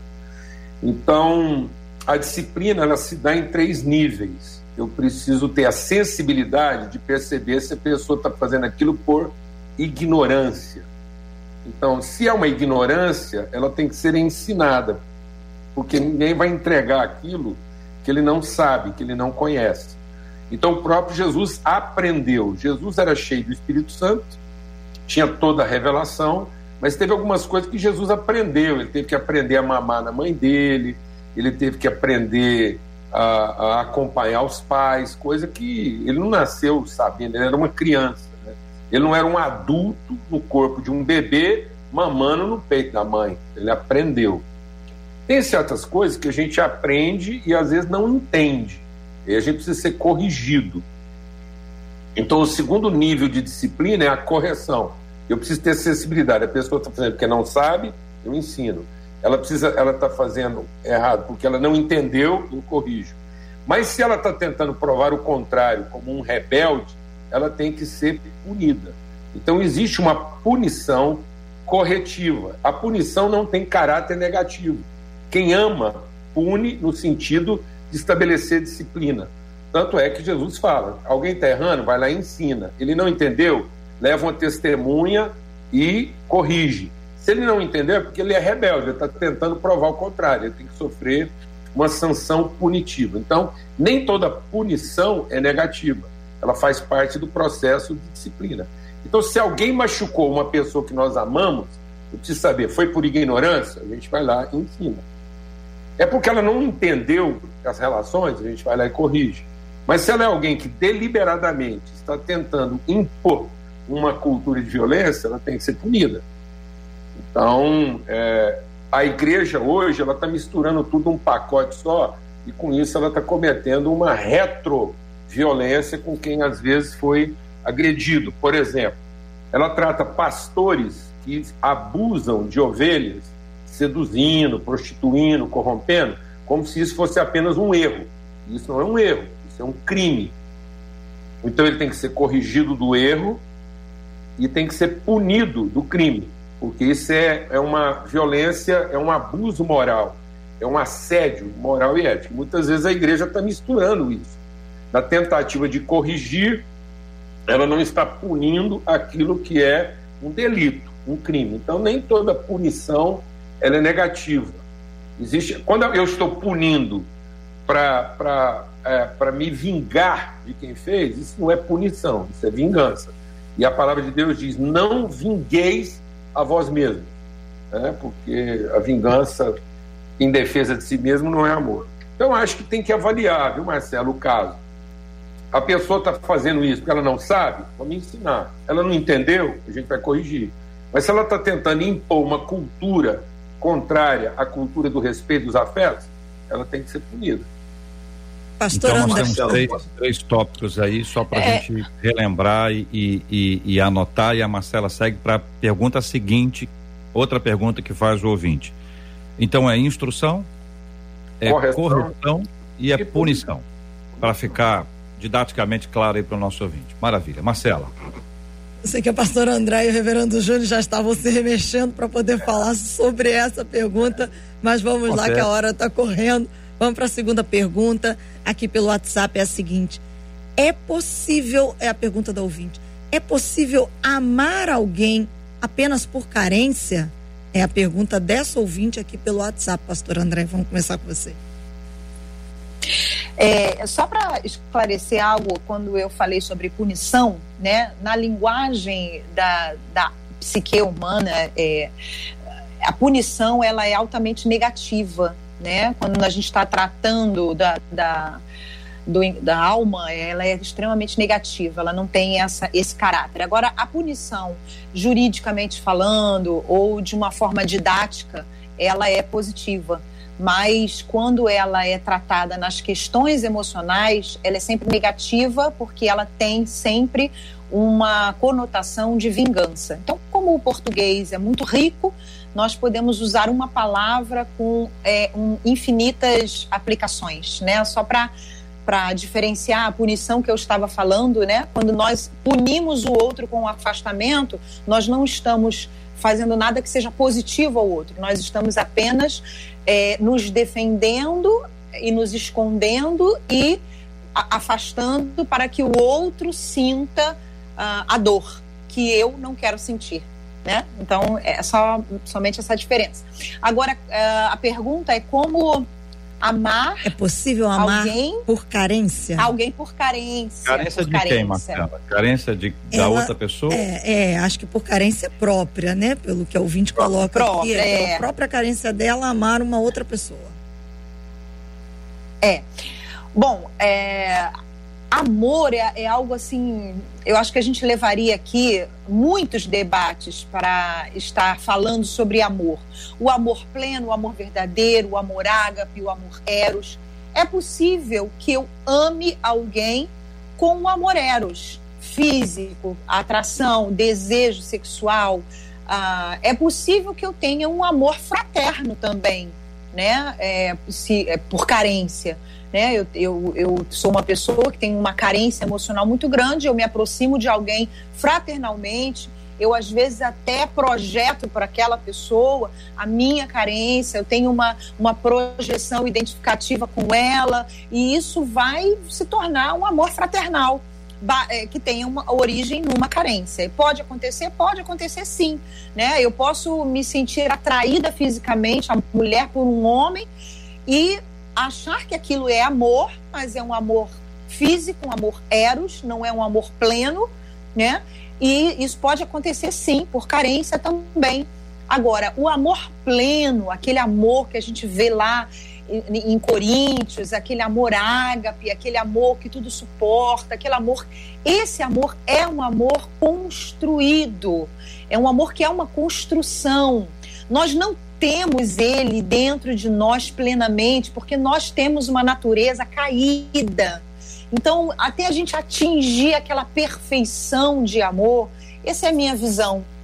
Então, a disciplina, ela se dá em três níveis. Eu preciso ter a sensibilidade de perceber se a pessoa está fazendo aquilo por ignorância. Então, se é uma ignorância, ela tem que ser ensinada, porque ninguém vai entregar aquilo que ele não sabe, que ele não conhece. Então, o próprio Jesus aprendeu. Jesus era cheio do Espírito Santo, tinha toda a revelação, mas teve algumas coisas que Jesus aprendeu. Ele teve que aprender a mamar na mãe dele, ele teve que aprender a, a acompanhar os pais, coisa que ele não nasceu sabendo, ele era uma criança. Ele não era um adulto no corpo de um bebê mamando no peito da mãe. Ele aprendeu. Tem certas coisas que a gente aprende e às vezes não entende. E a gente precisa ser corrigido. Então, o segundo nível de disciplina é a correção. Eu preciso ter sensibilidade. A pessoa está fazendo porque não sabe, eu ensino. Ela precisa, ela está fazendo errado porque ela não entendeu, eu corrijo. Mas se ela está tentando provar o contrário, como um rebelde, ela tem que ser punida. Então existe uma punição corretiva. A punição não tem caráter negativo. Quem ama, pune no sentido de estabelecer disciplina. Tanto é que Jesus fala, alguém está errando, vai lá e ensina. Ele não entendeu, leva uma testemunha e corrige. Se ele não entendeu, é porque ele é rebelde, ele está tentando provar o contrário, ele tem que sofrer uma sanção punitiva. Então, nem toda punição é negativa. Ela faz parte do processo de disciplina. Então, se alguém machucou uma pessoa que nós amamos, eu preciso saber, foi por ignorância? A gente vai lá e ensina. É porque ela não entendeu as relações, a gente vai lá e corrige. Mas se ela é alguém que deliberadamente está tentando impor uma cultura de violência, ela tem que ser punida. Então, é, a igreja hoje, ela está misturando tudo num pacote só, e com isso ela está cometendo uma retro violência com quem às vezes foi agredido. Por exemplo, ela trata pastores que abusam de ovelhas, seduzindo, prostituindo, corrompendo, como se isso fosse apenas um erro. Isso não é um erro, isso é um crime. Então ele tem que ser corrigido do erro e tem que ser punido do crime, porque isso é, é uma violência, é um abuso moral, é um assédio moral e ético. Muitas vezes a igreja está misturando isso. Na tentativa de corrigir, ela não está punindo aquilo que é um delito, um crime. Então nem toda punição ela é negativa. Existe, quando eu estou punindo para é, para me vingar de quem fez, isso não é punição, isso é vingança. E a palavra de Deus diz: não vingueis a vós mesmos, né? Porque a vingança em defesa de si mesmo não é amor. Então acho que tem que avaliar, viu, Marcelo, o caso. A pessoa está fazendo isso porque ela não sabe, vamos ensinar. Ela não entendeu, a gente vai corrigir. Mas se ela está tentando impor uma cultura contrária à cultura do respeito dos afetos, ela tem que ser punida. Pastor Então nós André. temos três, três tópicos aí, só para a É. gente relembrar e, e, e anotar, e a Marcela segue para a pergunta seguinte, outra pergunta que faz o ouvinte. Então é instrução, é Correção. correção e é E punição, para ficar didaticamente claro aí para o nosso ouvinte. Maravilha. Marcela. Eu sei que a pastora André e o reverendo Júnior já estavam se remexendo para poder falar sobre essa pergunta, mas vamos lá Acontece. que a hora está correndo. Vamos para a segunda pergunta, aqui pelo WhatsApp, é a seguinte: é possível, é a pergunta da ouvinte, é possível amar alguém apenas por carência? É a pergunta dessa ouvinte aqui pelo WhatsApp, pastor André. Vamos começar com você. É, só para esclarecer algo, quando eu falei sobre punição, né, na linguagem da, da psique humana, é, a punição ela é altamente negativa, né? Quando a gente está tratando da, da, do, da alma, ela é extremamente negativa, ela não tem essa, esse caráter. Agora, a punição, juridicamente falando, ou de uma forma didática, ela é positiva. Mas quando ela é tratada nas questões emocionais, ela é sempre negativa, porque ela tem sempre uma conotação de vingança. Então, como o português é muito rico, nós podemos usar uma palavra com é, um, infinitas aplicações, né? Só para para diferenciar a punição que eu estava falando, né? Quando nós punimos o outro com o afastamento, nós não estamos fazendo nada que seja positivo ao outro. Nós estamos apenas é, nos defendendo e nos escondendo e a, afastando para que o outro sinta uh, a dor que eu não quero sentir, né? Então, é só, somente essa diferença. Agora, uh, a pergunta é como amar É possível amar alguém, por carência? alguém por carência. Carência por de carência. quem, Marcela? Carência de, da Ela- outra pessoa? É, é, acho que por carência própria, né? Pelo que a ouvinte coloca Própria, aqui, é é. a própria carência dela amar uma outra pessoa. É. Bom, é, amor é, é algo assim, eu acho que a gente levaria aqui muitos debates para estar falando sobre amor. O amor pleno, o amor verdadeiro, o amor ágape, o amor eros. É possível que eu ame alguém com o amor eros, físico, atração, desejo sexual. Ah, é possível que eu tenha um amor fraterno também, né? É, se, é, por carência. Né? Eu, eu, eu sou uma pessoa que tem uma carência emocional muito grande, eu me aproximo de alguém fraternalmente, eu às vezes até projeto para aquela pessoa a minha carência, eu tenho uma, uma projeção identificativa com ela, e isso vai se tornar um amor fraternal, que tenha uma origem numa carência. E pode acontecer? Pode acontecer sim, né? Eu posso me sentir atraída fisicamente, a mulher por um homem, e achar que aquilo é amor, mas é um amor físico, um amor eros, não é um amor pleno, né? E isso pode acontecer sim, por carência também. Agora, o amor pleno, aquele amor que a gente vê lá em, em Coríntios, aquele amor ágape, aquele amor que tudo suporta, aquele amor, esse amor é um amor construído, é um amor que é uma construção. Nós não temos ele dentro de nós plenamente, porque nós temos uma natureza caída. Então, até a gente atingir aquela perfeição de amor, essa é a minha visão,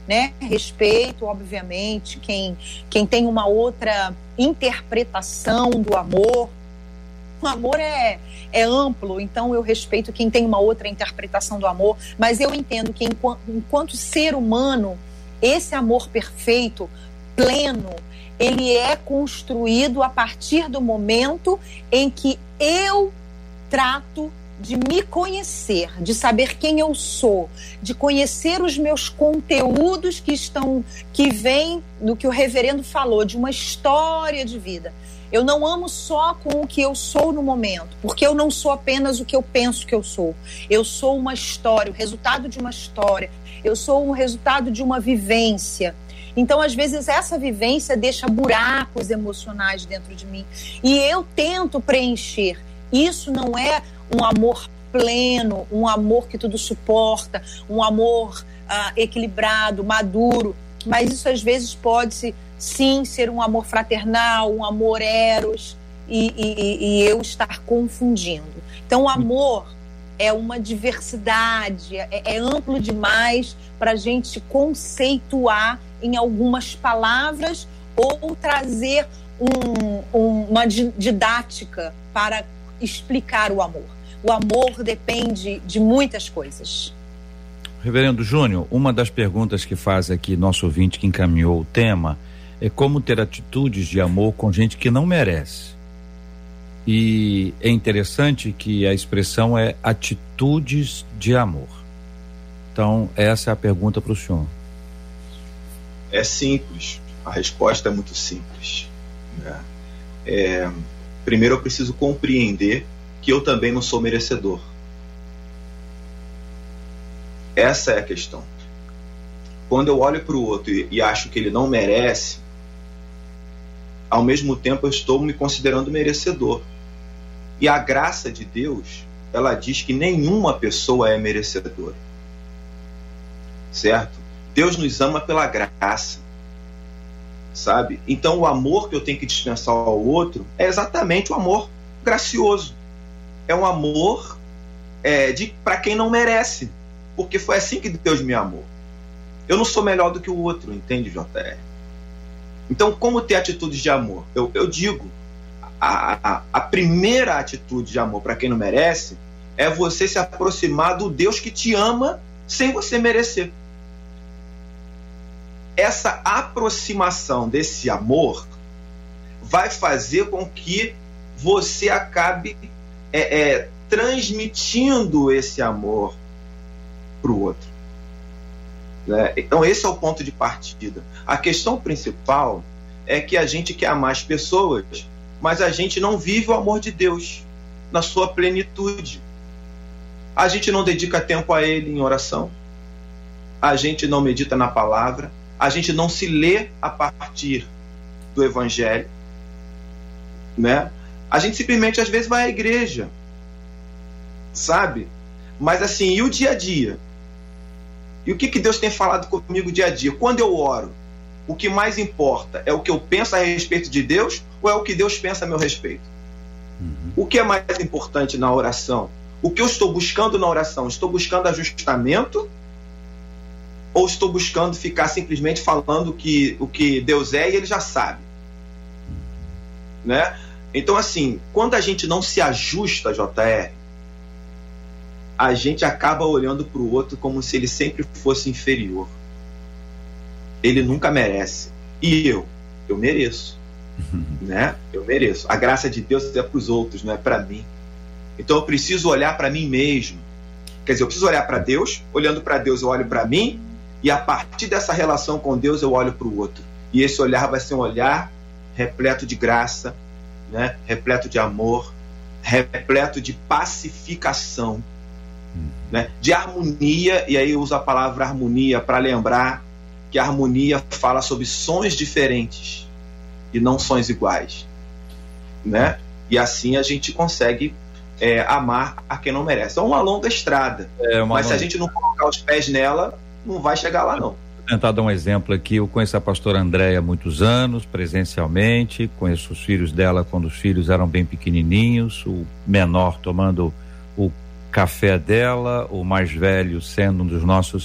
né? Respeito, obviamente, quem, quem tem uma outra interpretação do amor. O amor é, é amplo, então eu respeito quem tem uma outra interpretação do amor, mas eu entendo que enquanto, enquanto ser humano, esse amor perfeito, pleno, ele é construído a partir do momento em que eu trato de me conhecer, de saber quem eu sou, de conhecer os meus conteúdos que estão, que vêm do que o reverendo falou, de uma história de vida. Eu não amo só com o que eu sou no momento, porque eu não sou apenas o que eu penso que eu sou. Eu sou uma história, o resultado de uma história. Eu sou o resultado de uma vivência. Então, às vezes, essa vivência deixa buracos emocionais dentro de mim. E eu tento preencher. Isso não é um amor pleno, um amor que tudo suporta, um amor ah, equilibrado, maduro. Mas isso, às vezes, pode, sim, ser um amor fraternal, um amor eros, e, e, e eu estar confundindo. Então, o amor é uma diversidade, é, é amplo demais para a gente conceituar em algumas palavras ou trazer um, um, uma didática para explicar o amor. O amor depende de muitas coisas. Reverendo Júnior, uma das perguntas que faz aqui nosso ouvinte que encaminhou o tema é como ter atitudes de amor com gente que não merece. E é interessante que a expressão é atitudes de amor. Então, essa é a pergunta para o senhor. É simples, a resposta é muito simples. Né? É, primeiro eu preciso compreender que eu também não sou merecedor. Essa é a questão. Quando eu olho para o outro e, e acho que ele não merece, ao mesmo tempo eu estou me considerando merecedor. E a graça de Deus, ela diz que nenhuma pessoa é merecedora. Certo? Deus nos ama pela graça. Sabe? Então o amor que eu tenho que dispensar ao outro é exatamente o amor gracioso. É um amor é, de, para quem não merece. Porque foi assim que Deus me amou. Eu não sou melhor do que o outro, entende, J R? Então, como ter atitudes de amor? Eu, eu digo, a, a, a primeira atitude de amor para quem não merece é você se aproximar do Deus que te ama sem você merecer. Essa aproximação desse amor vai fazer com que você acabe é, é, transmitindo esse amor para o outro. Né? Então esse é o ponto de partida. A questão principal é que a gente quer amar as pessoas, mas a gente não vive o amor de Deus na sua plenitude. A gente não dedica tempo a Ele em oração, a gente não medita na palavra, a gente não se lê a partir do Evangelho, né? A gente simplesmente às vezes vai à igreja, sabe? Mas assim, e o dia a dia? E o que, que Deus tem falado comigo dia a dia? Quando eu oro, o que mais importa é o que eu penso a respeito de Deus ou é o que Deus pensa a meu respeito? Uhum. O que é mais importante na oração? O que eu estou buscando na oração? Estou buscando ajustamento ou estou buscando ficar simplesmente falando que, o que Deus é e Ele já sabe? Né? Então assim, quando a gente não se ajusta, J R, a gente acaba olhando para o outro como se ele sempre fosse inferior. Ele nunca merece. E eu? Eu mereço. Né? Eu mereço. A graça de Deus é para os outros, não é para mim. Então eu preciso olhar para mim mesmo. Quer dizer, eu preciso olhar para Deus, olhando para Deus eu olho para mim, e a partir dessa relação com Deus eu olho para o outro. E esse olhar vai ser um olhar repleto de graça, né? Repleto de amor, repleto de pacificação, né? De harmonia, e aí eu uso a palavra harmonia para lembrar que a harmonia fala sobre sons diferentes e não sons iguais, né? E assim a gente consegue é, amar a quem não merece. É uma longa estrada, é uma mas longa... se a gente não colocar os pés nela, não vai chegar lá não. Vou tentar dar um exemplo aqui. Eu conheço a pastora Andréia há muitos anos, presencialmente, conheço os filhos dela quando os filhos eram bem pequenininhos, o menor tomando o café dela, o mais velho sendo um dos nossos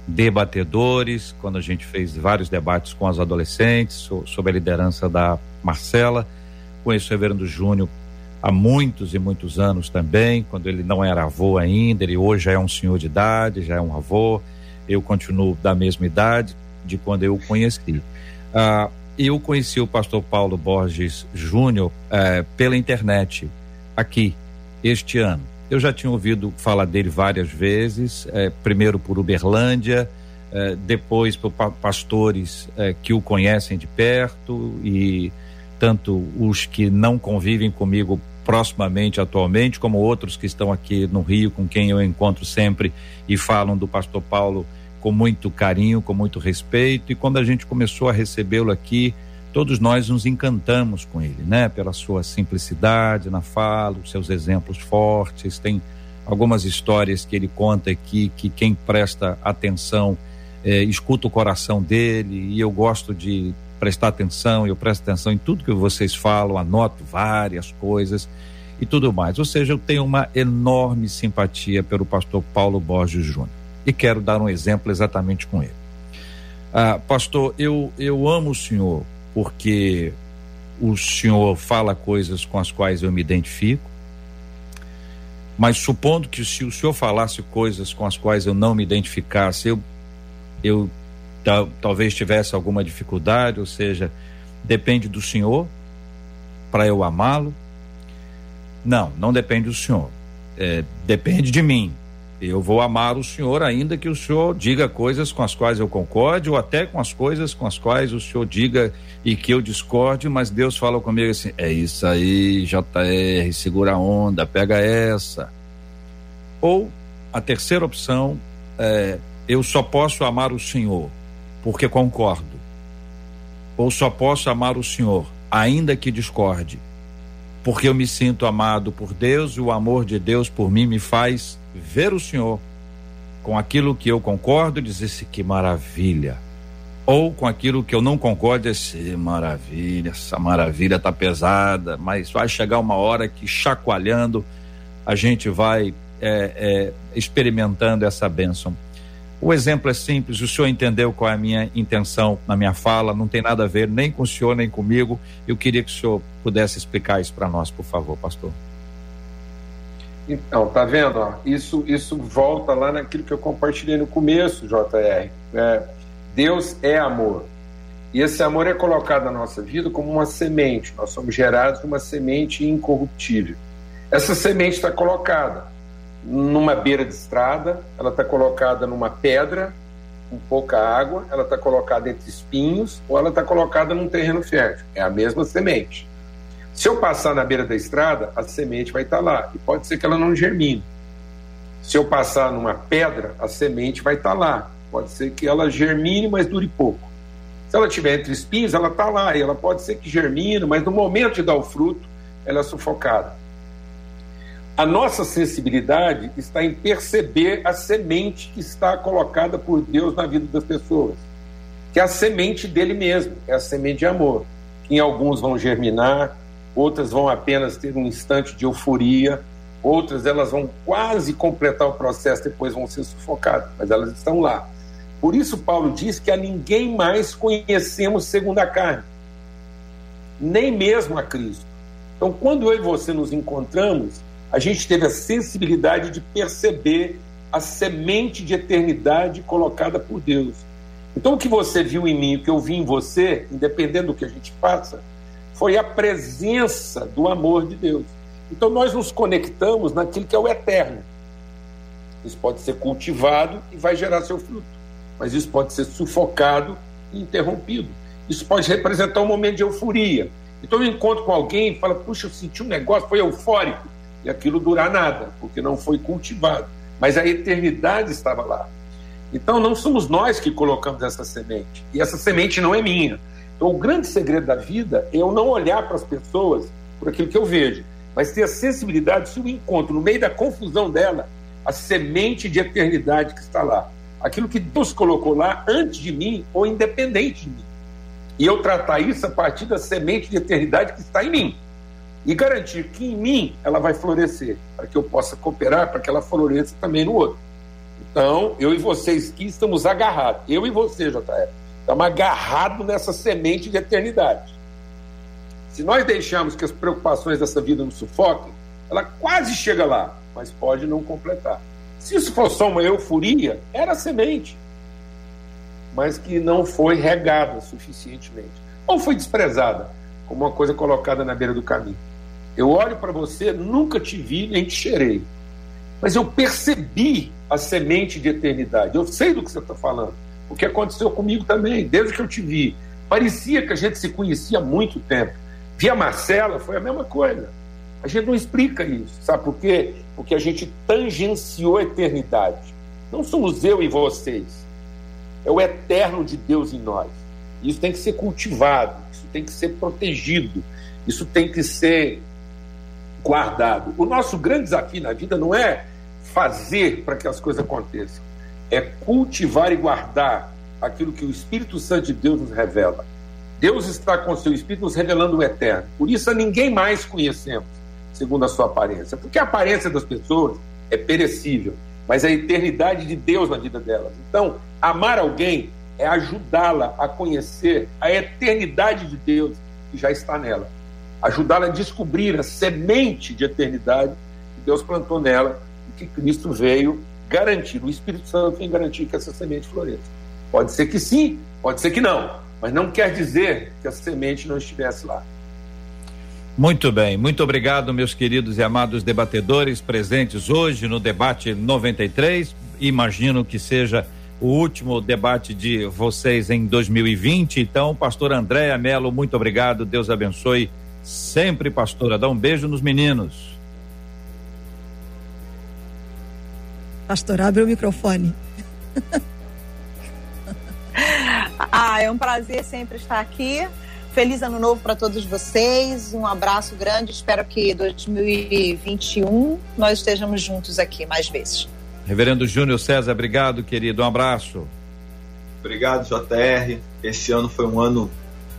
debatedores, quando a gente fez vários debates com as adolescentes, so, sob a liderança da Marcela. Conheço o reverendo Júnior há muitos e muitos anos também, quando ele não era avô ainda, ele hoje já é um senhor de idade, já é um avô. Eu continuo da mesma idade de quando eu o conheci. Ah, eu conheci o pastor Paulo Borges Júnior eh, pela internet, aqui, este ano. Eu já tinha ouvido falar dele várias vezes, eh, primeiro por Uberlândia, eh, depois por pa- pastores eh, que o conhecem de perto, e tanto os que não convivem comigo proximamente atualmente, como outros que estão aqui no Rio, com quem eu encontro sempre e falam do pastor Paulo com muito carinho, com muito respeito. E quando a gente começou a recebê-lo aqui, todos nós nos encantamos com ele, né? Pela sua simplicidade na fala, os seus exemplos fortes. Tem algumas histórias que ele conta aqui que quem presta atenção eh, escuta o coração dele, e eu gosto de prestar atenção, eu presto atenção em tudo que vocês falam, anoto várias coisas e tudo mais. Ou seja, eu tenho uma enorme simpatia pelo pastor Paulo Borges Júnior e quero dar um exemplo exatamente com ele. Ah, pastor, eu, eu amo o senhor porque o senhor fala coisas com as quais eu me identifico, mas supondo que se o senhor falasse coisas com as quais eu não me identificasse, eu, eu tal, talvez tivesse alguma dificuldade. Ou seja, depende do senhor para eu amá-lo? Não, não depende do senhor, é, depende de mim. Eu vou amar o senhor ainda que o senhor diga coisas com as quais eu concorde, ou até com as coisas com as quais o senhor diga e que eu discorde, mas Deus fala comigo assim: é isso aí, J R, segura a onda, pega essa. Ou a terceira opção é: eu só posso amar o senhor porque concordo, ou só posso amar o senhor ainda que discorde, porque eu me sinto amado por Deus e o amor de Deus por mim me faz ver o senhor com aquilo que eu concordo e dizer assim: que maravilha. Ou com aquilo que eu não concordo e dizer assim: maravilha, essa maravilha tá pesada, mas vai chegar uma hora que, chacoalhando, a gente vai é, é, experimentando essa bênção. O exemplo é simples, o senhor entendeu qual é a minha intenção na minha fala, não tem nada a ver nem com o senhor nem comigo. Eu queria que o senhor pudesse explicar isso para nós, por favor, pastor. Então, tá vendo? Ó, isso, isso volta lá naquilo que eu compartilhei no começo, J R. É, Deus é amor. E esse amor é colocado na nossa vida como uma semente. Nós somos gerados de uma semente incorruptível. Essa semente está colocada numa beira de estrada, ela está colocada numa pedra com pouca água, ela está colocada entre espinhos, ou ela está colocada num terreno fértil. É a mesma semente. Se eu passar na beira da estrada, a semente vai estar lá, e pode ser que ela não germine. Se eu passar numa pedra, a semente vai estar lá, pode ser que ela germine, mas dure pouco. Se ela estiver entre espinhos, ela está lá, e ela pode ser que germine, mas no momento de dar o fruto, ela é sufocada. A nossa sensibilidade está em perceber a semente que está colocada por Deus na vida das pessoas, que é a semente dele mesmo, é a semente de amor, que em alguns vão germinar, outras vão apenas ter um instante de euforia, outras elas vão quase completar o processo, depois vão ser sufocadas, mas elas estão lá. Por isso Paulo diz que a ninguém mais conhecemos segundo a carne, nem mesmo a Cristo. Então, quando eu e você nos encontramos, a gente teve a sensibilidade de perceber a semente de eternidade colocada por Deus. Então, o que você viu em mim, o que eu vi em você, independente do que a gente faça, foi a presença do amor de Deus. Então nós nos conectamos naquilo que é o eterno. Isso pode ser cultivado e vai gerar seu fruto, mas isso pode ser sufocado e interrompido. Isso pode representar um momento de euforia. Então eu encontro com alguém e falo: puxa, eu senti um negócio, foi eufórico, e aquilo durar nada, porque não foi cultivado, mas a eternidade estava lá. Então não somos nós que colocamos essa semente, e essa semente não é minha. Então, o grande segredo da vida é eu não olhar para as pessoas por aquilo que eu vejo, mas ter a sensibilidade, se eu encontro no meio da confusão dela, a semente de eternidade que está lá. Aquilo que Deus colocou lá antes de mim ou independente de mim. E eu tratar isso a partir da semente de eternidade que está em mim. E garantir que em mim ela vai florescer, para que eu possa cooperar, para que ela floresça também no outro. Então, eu e vocês aqui estamos agarrados. Eu e você, J R. Estamos agarrados nessa semente de eternidade. Se nós deixarmos que as preocupações dessa vida nos sufoquem, ela quase chega lá, mas pode não completar. Se isso for só uma euforia, era semente, mas que não foi regada suficientemente. Ou foi desprezada, como uma coisa colocada na beira do caminho. Eu olho para você, nunca te vi, nem te cheirei. Mas eu percebi a semente de eternidade. Eu sei do que você está falando, o que aconteceu comigo também, desde que eu te vi. Parecia que a gente se conhecia há muito tempo. Vi a Marcela, foi a mesma coisa. A gente não explica isso, sabe por quê? Porque a gente tangenciou a eternidade. Não somos eu e vocês. É o eterno de Deus em nós. Isso tem que ser cultivado, isso tem que ser protegido, isso tem que ser guardado. O nosso grande desafio na vida não é fazer para que as coisas aconteçam, é cultivar e guardar aquilo que o Espírito Santo de Deus nos revela. Deus está com o seu Espírito nos revelando o eterno. Por isso a ninguém mais conhecemos, segundo a sua aparência. Porque a aparência das pessoas é perecível, mas a eternidade de Deus na vida delas. Então, amar alguém é ajudá-la a conhecer a eternidade de Deus que já está nela. Ajudá-la a descobrir a semente de eternidade que Deus plantou nela e que Cristo veio garantir. O Espírito Santo vem garantir que essa semente floresça. Pode ser que sim, pode ser que não, mas não quer dizer que a semente não estivesse lá. Muito bem, muito obrigado, meus queridos e amados debatedores presentes hoje no debate noventa e três. Imagino que seja o último debate de vocês em dois mil e vinte. Então, pastor Andréa Mello, muito obrigado, Deus abençoe sempre, pastora. Dá um beijo nos meninos. Pastor, abre o microfone. Ah, é um prazer sempre estar aqui. Feliz ano novo para todos vocês, um abraço grande, espero que dois mil e vinte e um nós estejamos juntos aqui mais vezes. Reverendo Júnior César, obrigado, querido, um abraço. Obrigado, J R. Esse ano foi um ano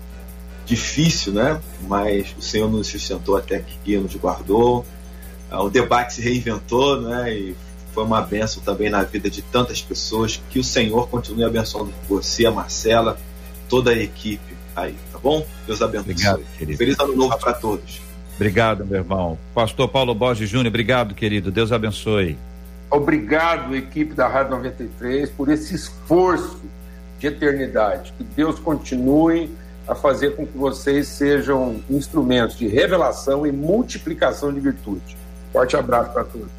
difícil, né? Mas o Senhor nos sustentou até aqui, nos guardou. O debate se reinventou, né? E foi uma bênção também na vida de tantas pessoas. Que o Senhor continue abençoando você, a Marcela, toda a equipe aí, tá bom? Deus abençoe. Obrigado, querido. Feliz ano novo para todos. Obrigado, meu irmão. Pastor Paulo Borges Júnior, obrigado, querido. Deus abençoe. Obrigado, equipe da Rádio noventa e três, por esse esforço de eternidade. Que Deus continue a fazer com que vocês sejam instrumentos de revelação e multiplicação de virtude. Forte abraço para todos.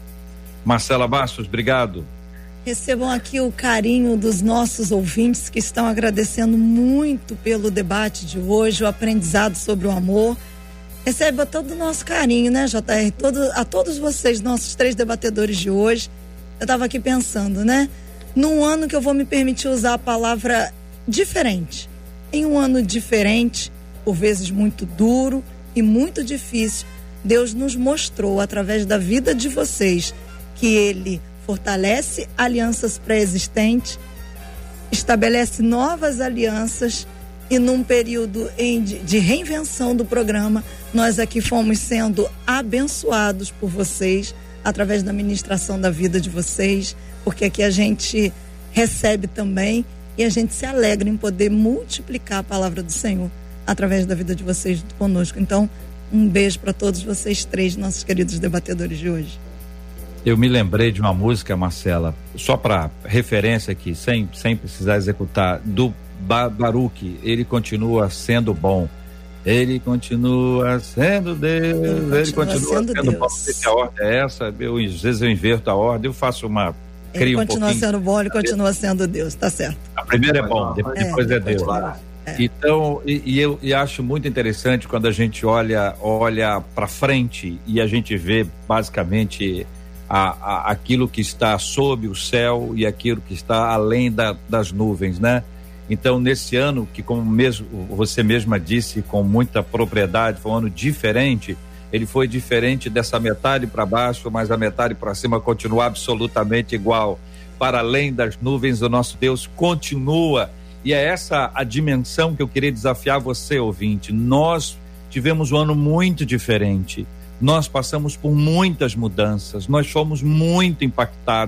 Marcela Bastos, obrigado. Recebam aqui o carinho dos nossos ouvintes que estão agradecendo muito pelo debate de hoje, o aprendizado sobre o amor. Receba todo o nosso carinho, né, J R? Todo, a todos vocês, nossos três debatedores de hoje. Eu estava aqui pensando, né? Num ano que eu vou me permitir usar a palavra diferente. Em um ano diferente, por vezes muito duro e muito difícil, Deus nos mostrou, através da vida de vocês, que Ele fortalece alianças pré-existentes, estabelece novas alianças e num período em, de, de reinvenção do programa, nós aqui fomos sendo abençoados por vocês, através da ministração da vida de vocês, porque aqui a gente recebe também e a gente se alegra em poder multiplicar a palavra do Senhor através da vida de vocês conosco. Então, um beijo para todos vocês três, nossos queridos debatedores de hoje. Eu me lembrei de uma música, Marcela, só para referência aqui, sem, sem precisar executar, do ba- Baruch. Ele continua sendo bom. Ele continua sendo Deus. Ele, ele continua, continua sendo, sendo bom. Não sei se a ordem é essa. Eu, às vezes eu inverto a ordem, eu faço uma. Ele um continua sendo bom, ele continua sendo Deus, tá certo. A primeira é bom, depois é, depois é Deus. É. Então, e, e eu e acho muito interessante quando a gente olha, olha para frente e a gente vê basicamente A, a, aquilo que está sob o céu e aquilo que está além da, das nuvens, né? Então, nesse ano, que como mesmo você mesma disse com muita propriedade, foi um ano diferente, ele foi diferente dessa metade para baixo, mas a metade para cima continua absolutamente igual. Para além das nuvens, o nosso Deus continua. E é essa a dimensão que eu queria desafiar você, ouvinte. Nós tivemos um ano muito diferente. Nós passamos por muitas mudanças, nós fomos muito impactados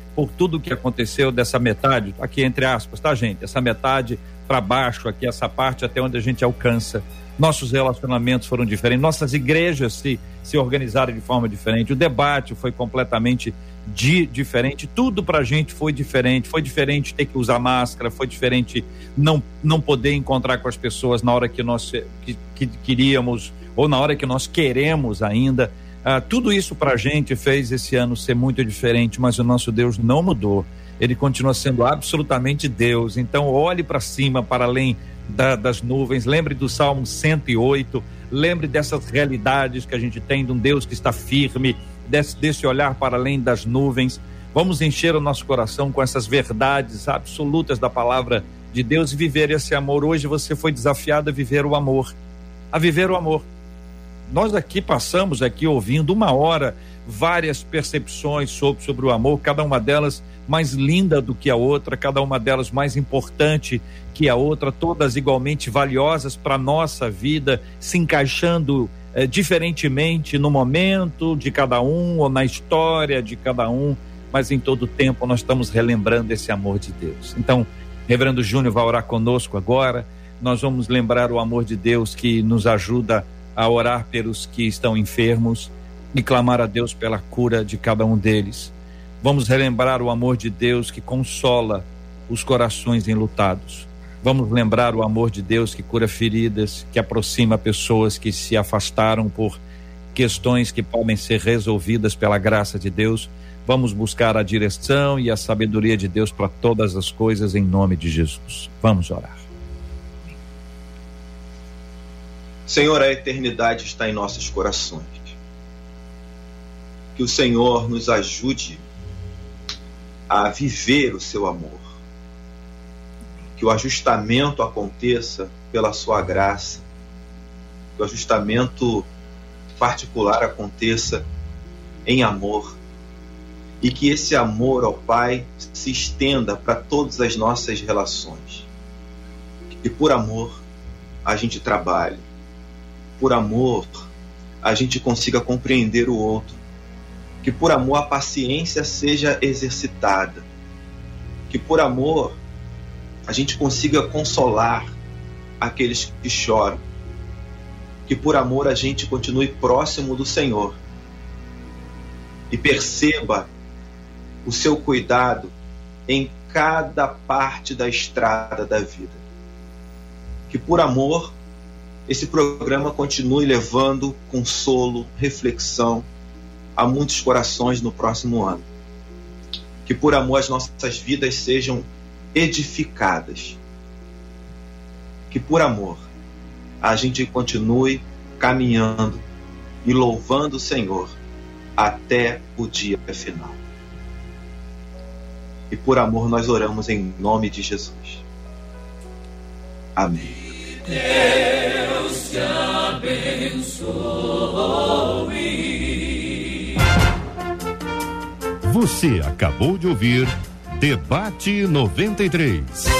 por tudo que aconteceu dessa metade, aqui entre aspas, tá, gente? Essa metade para baixo, aqui, essa parte até onde a gente alcança. Nossos relacionamentos foram diferentes, nossas igrejas se, se organizaram de forma diferente, o debate foi completamente di, diferente, tudo pra gente foi diferente, foi diferente ter que usar máscara, foi diferente não, não poder encontrar com as pessoas na hora que nós que, que queríamos, ou na hora que nós queremos ainda. Ah, tudo isso pra gente fez esse ano ser muito diferente, mas o nosso Deus não mudou, ele continua sendo absolutamente Deus. Então olhe para cima, para além Da, das nuvens, lembre do Salmo cento e oito, lembre dessas realidades que a gente tem de um Deus que está firme, desse, desse olhar para além das nuvens. Vamos encher o nosso coração com essas verdades absolutas da palavra de Deus e viver esse amor. Hoje você foi desafiado a viver o amor, a viver o amor. Nós aqui passamos aqui ouvindo uma hora várias percepções sobre, sobre o amor, cada uma delas mais linda do que a outra, cada uma delas mais importante que a outra, todas igualmente valiosas para a nossa vida, se encaixando eh, diferentemente no momento de cada um ou na história de cada um, mas em todo tempo nós estamos relembrando esse amor de Deus. Então, Reverendo Júnior vai orar conosco agora, nós vamos lembrar o amor de Deus que nos ajuda a orar pelos que estão enfermos e clamar a Deus pela cura de cada um deles. Vamos relembrar o amor de Deus que consola os corações enlutados. Vamos lembrar o amor de Deus que cura feridas, que aproxima pessoas que se afastaram por questões que podem ser resolvidas pela graça de Deus. Vamos buscar a direção e a sabedoria de Deus para todas as coisas em nome de Jesus. Vamos orar. Senhor, a eternidade está em nossos corações. Que o Senhor nos ajude a viver o seu amor. Que o ajustamento aconteça pela sua graça. Que o ajustamento particular aconteça em amor. E que esse amor ao Pai se estenda para todas as nossas relações. Que por amor a gente trabalhe. Por amor a gente consiga compreender o outro. Que por amor a paciência seja exercitada. Que por amor a gente consiga consolar aqueles que choram. Que por amor a gente continue próximo do Senhor. E perceba o seu cuidado em cada parte da estrada da vida. Que por amor esse programa continue levando consolo, reflexão a muitos corações no próximo ano. Que por amor as nossas vidas sejam edificadas. Que por amor a gente continue caminhando e louvando o Senhor até o dia final. E por amor nós oramos em nome de Jesus. Amém. Deus te abençoe. Você acabou de ouvir Debate noventa e três.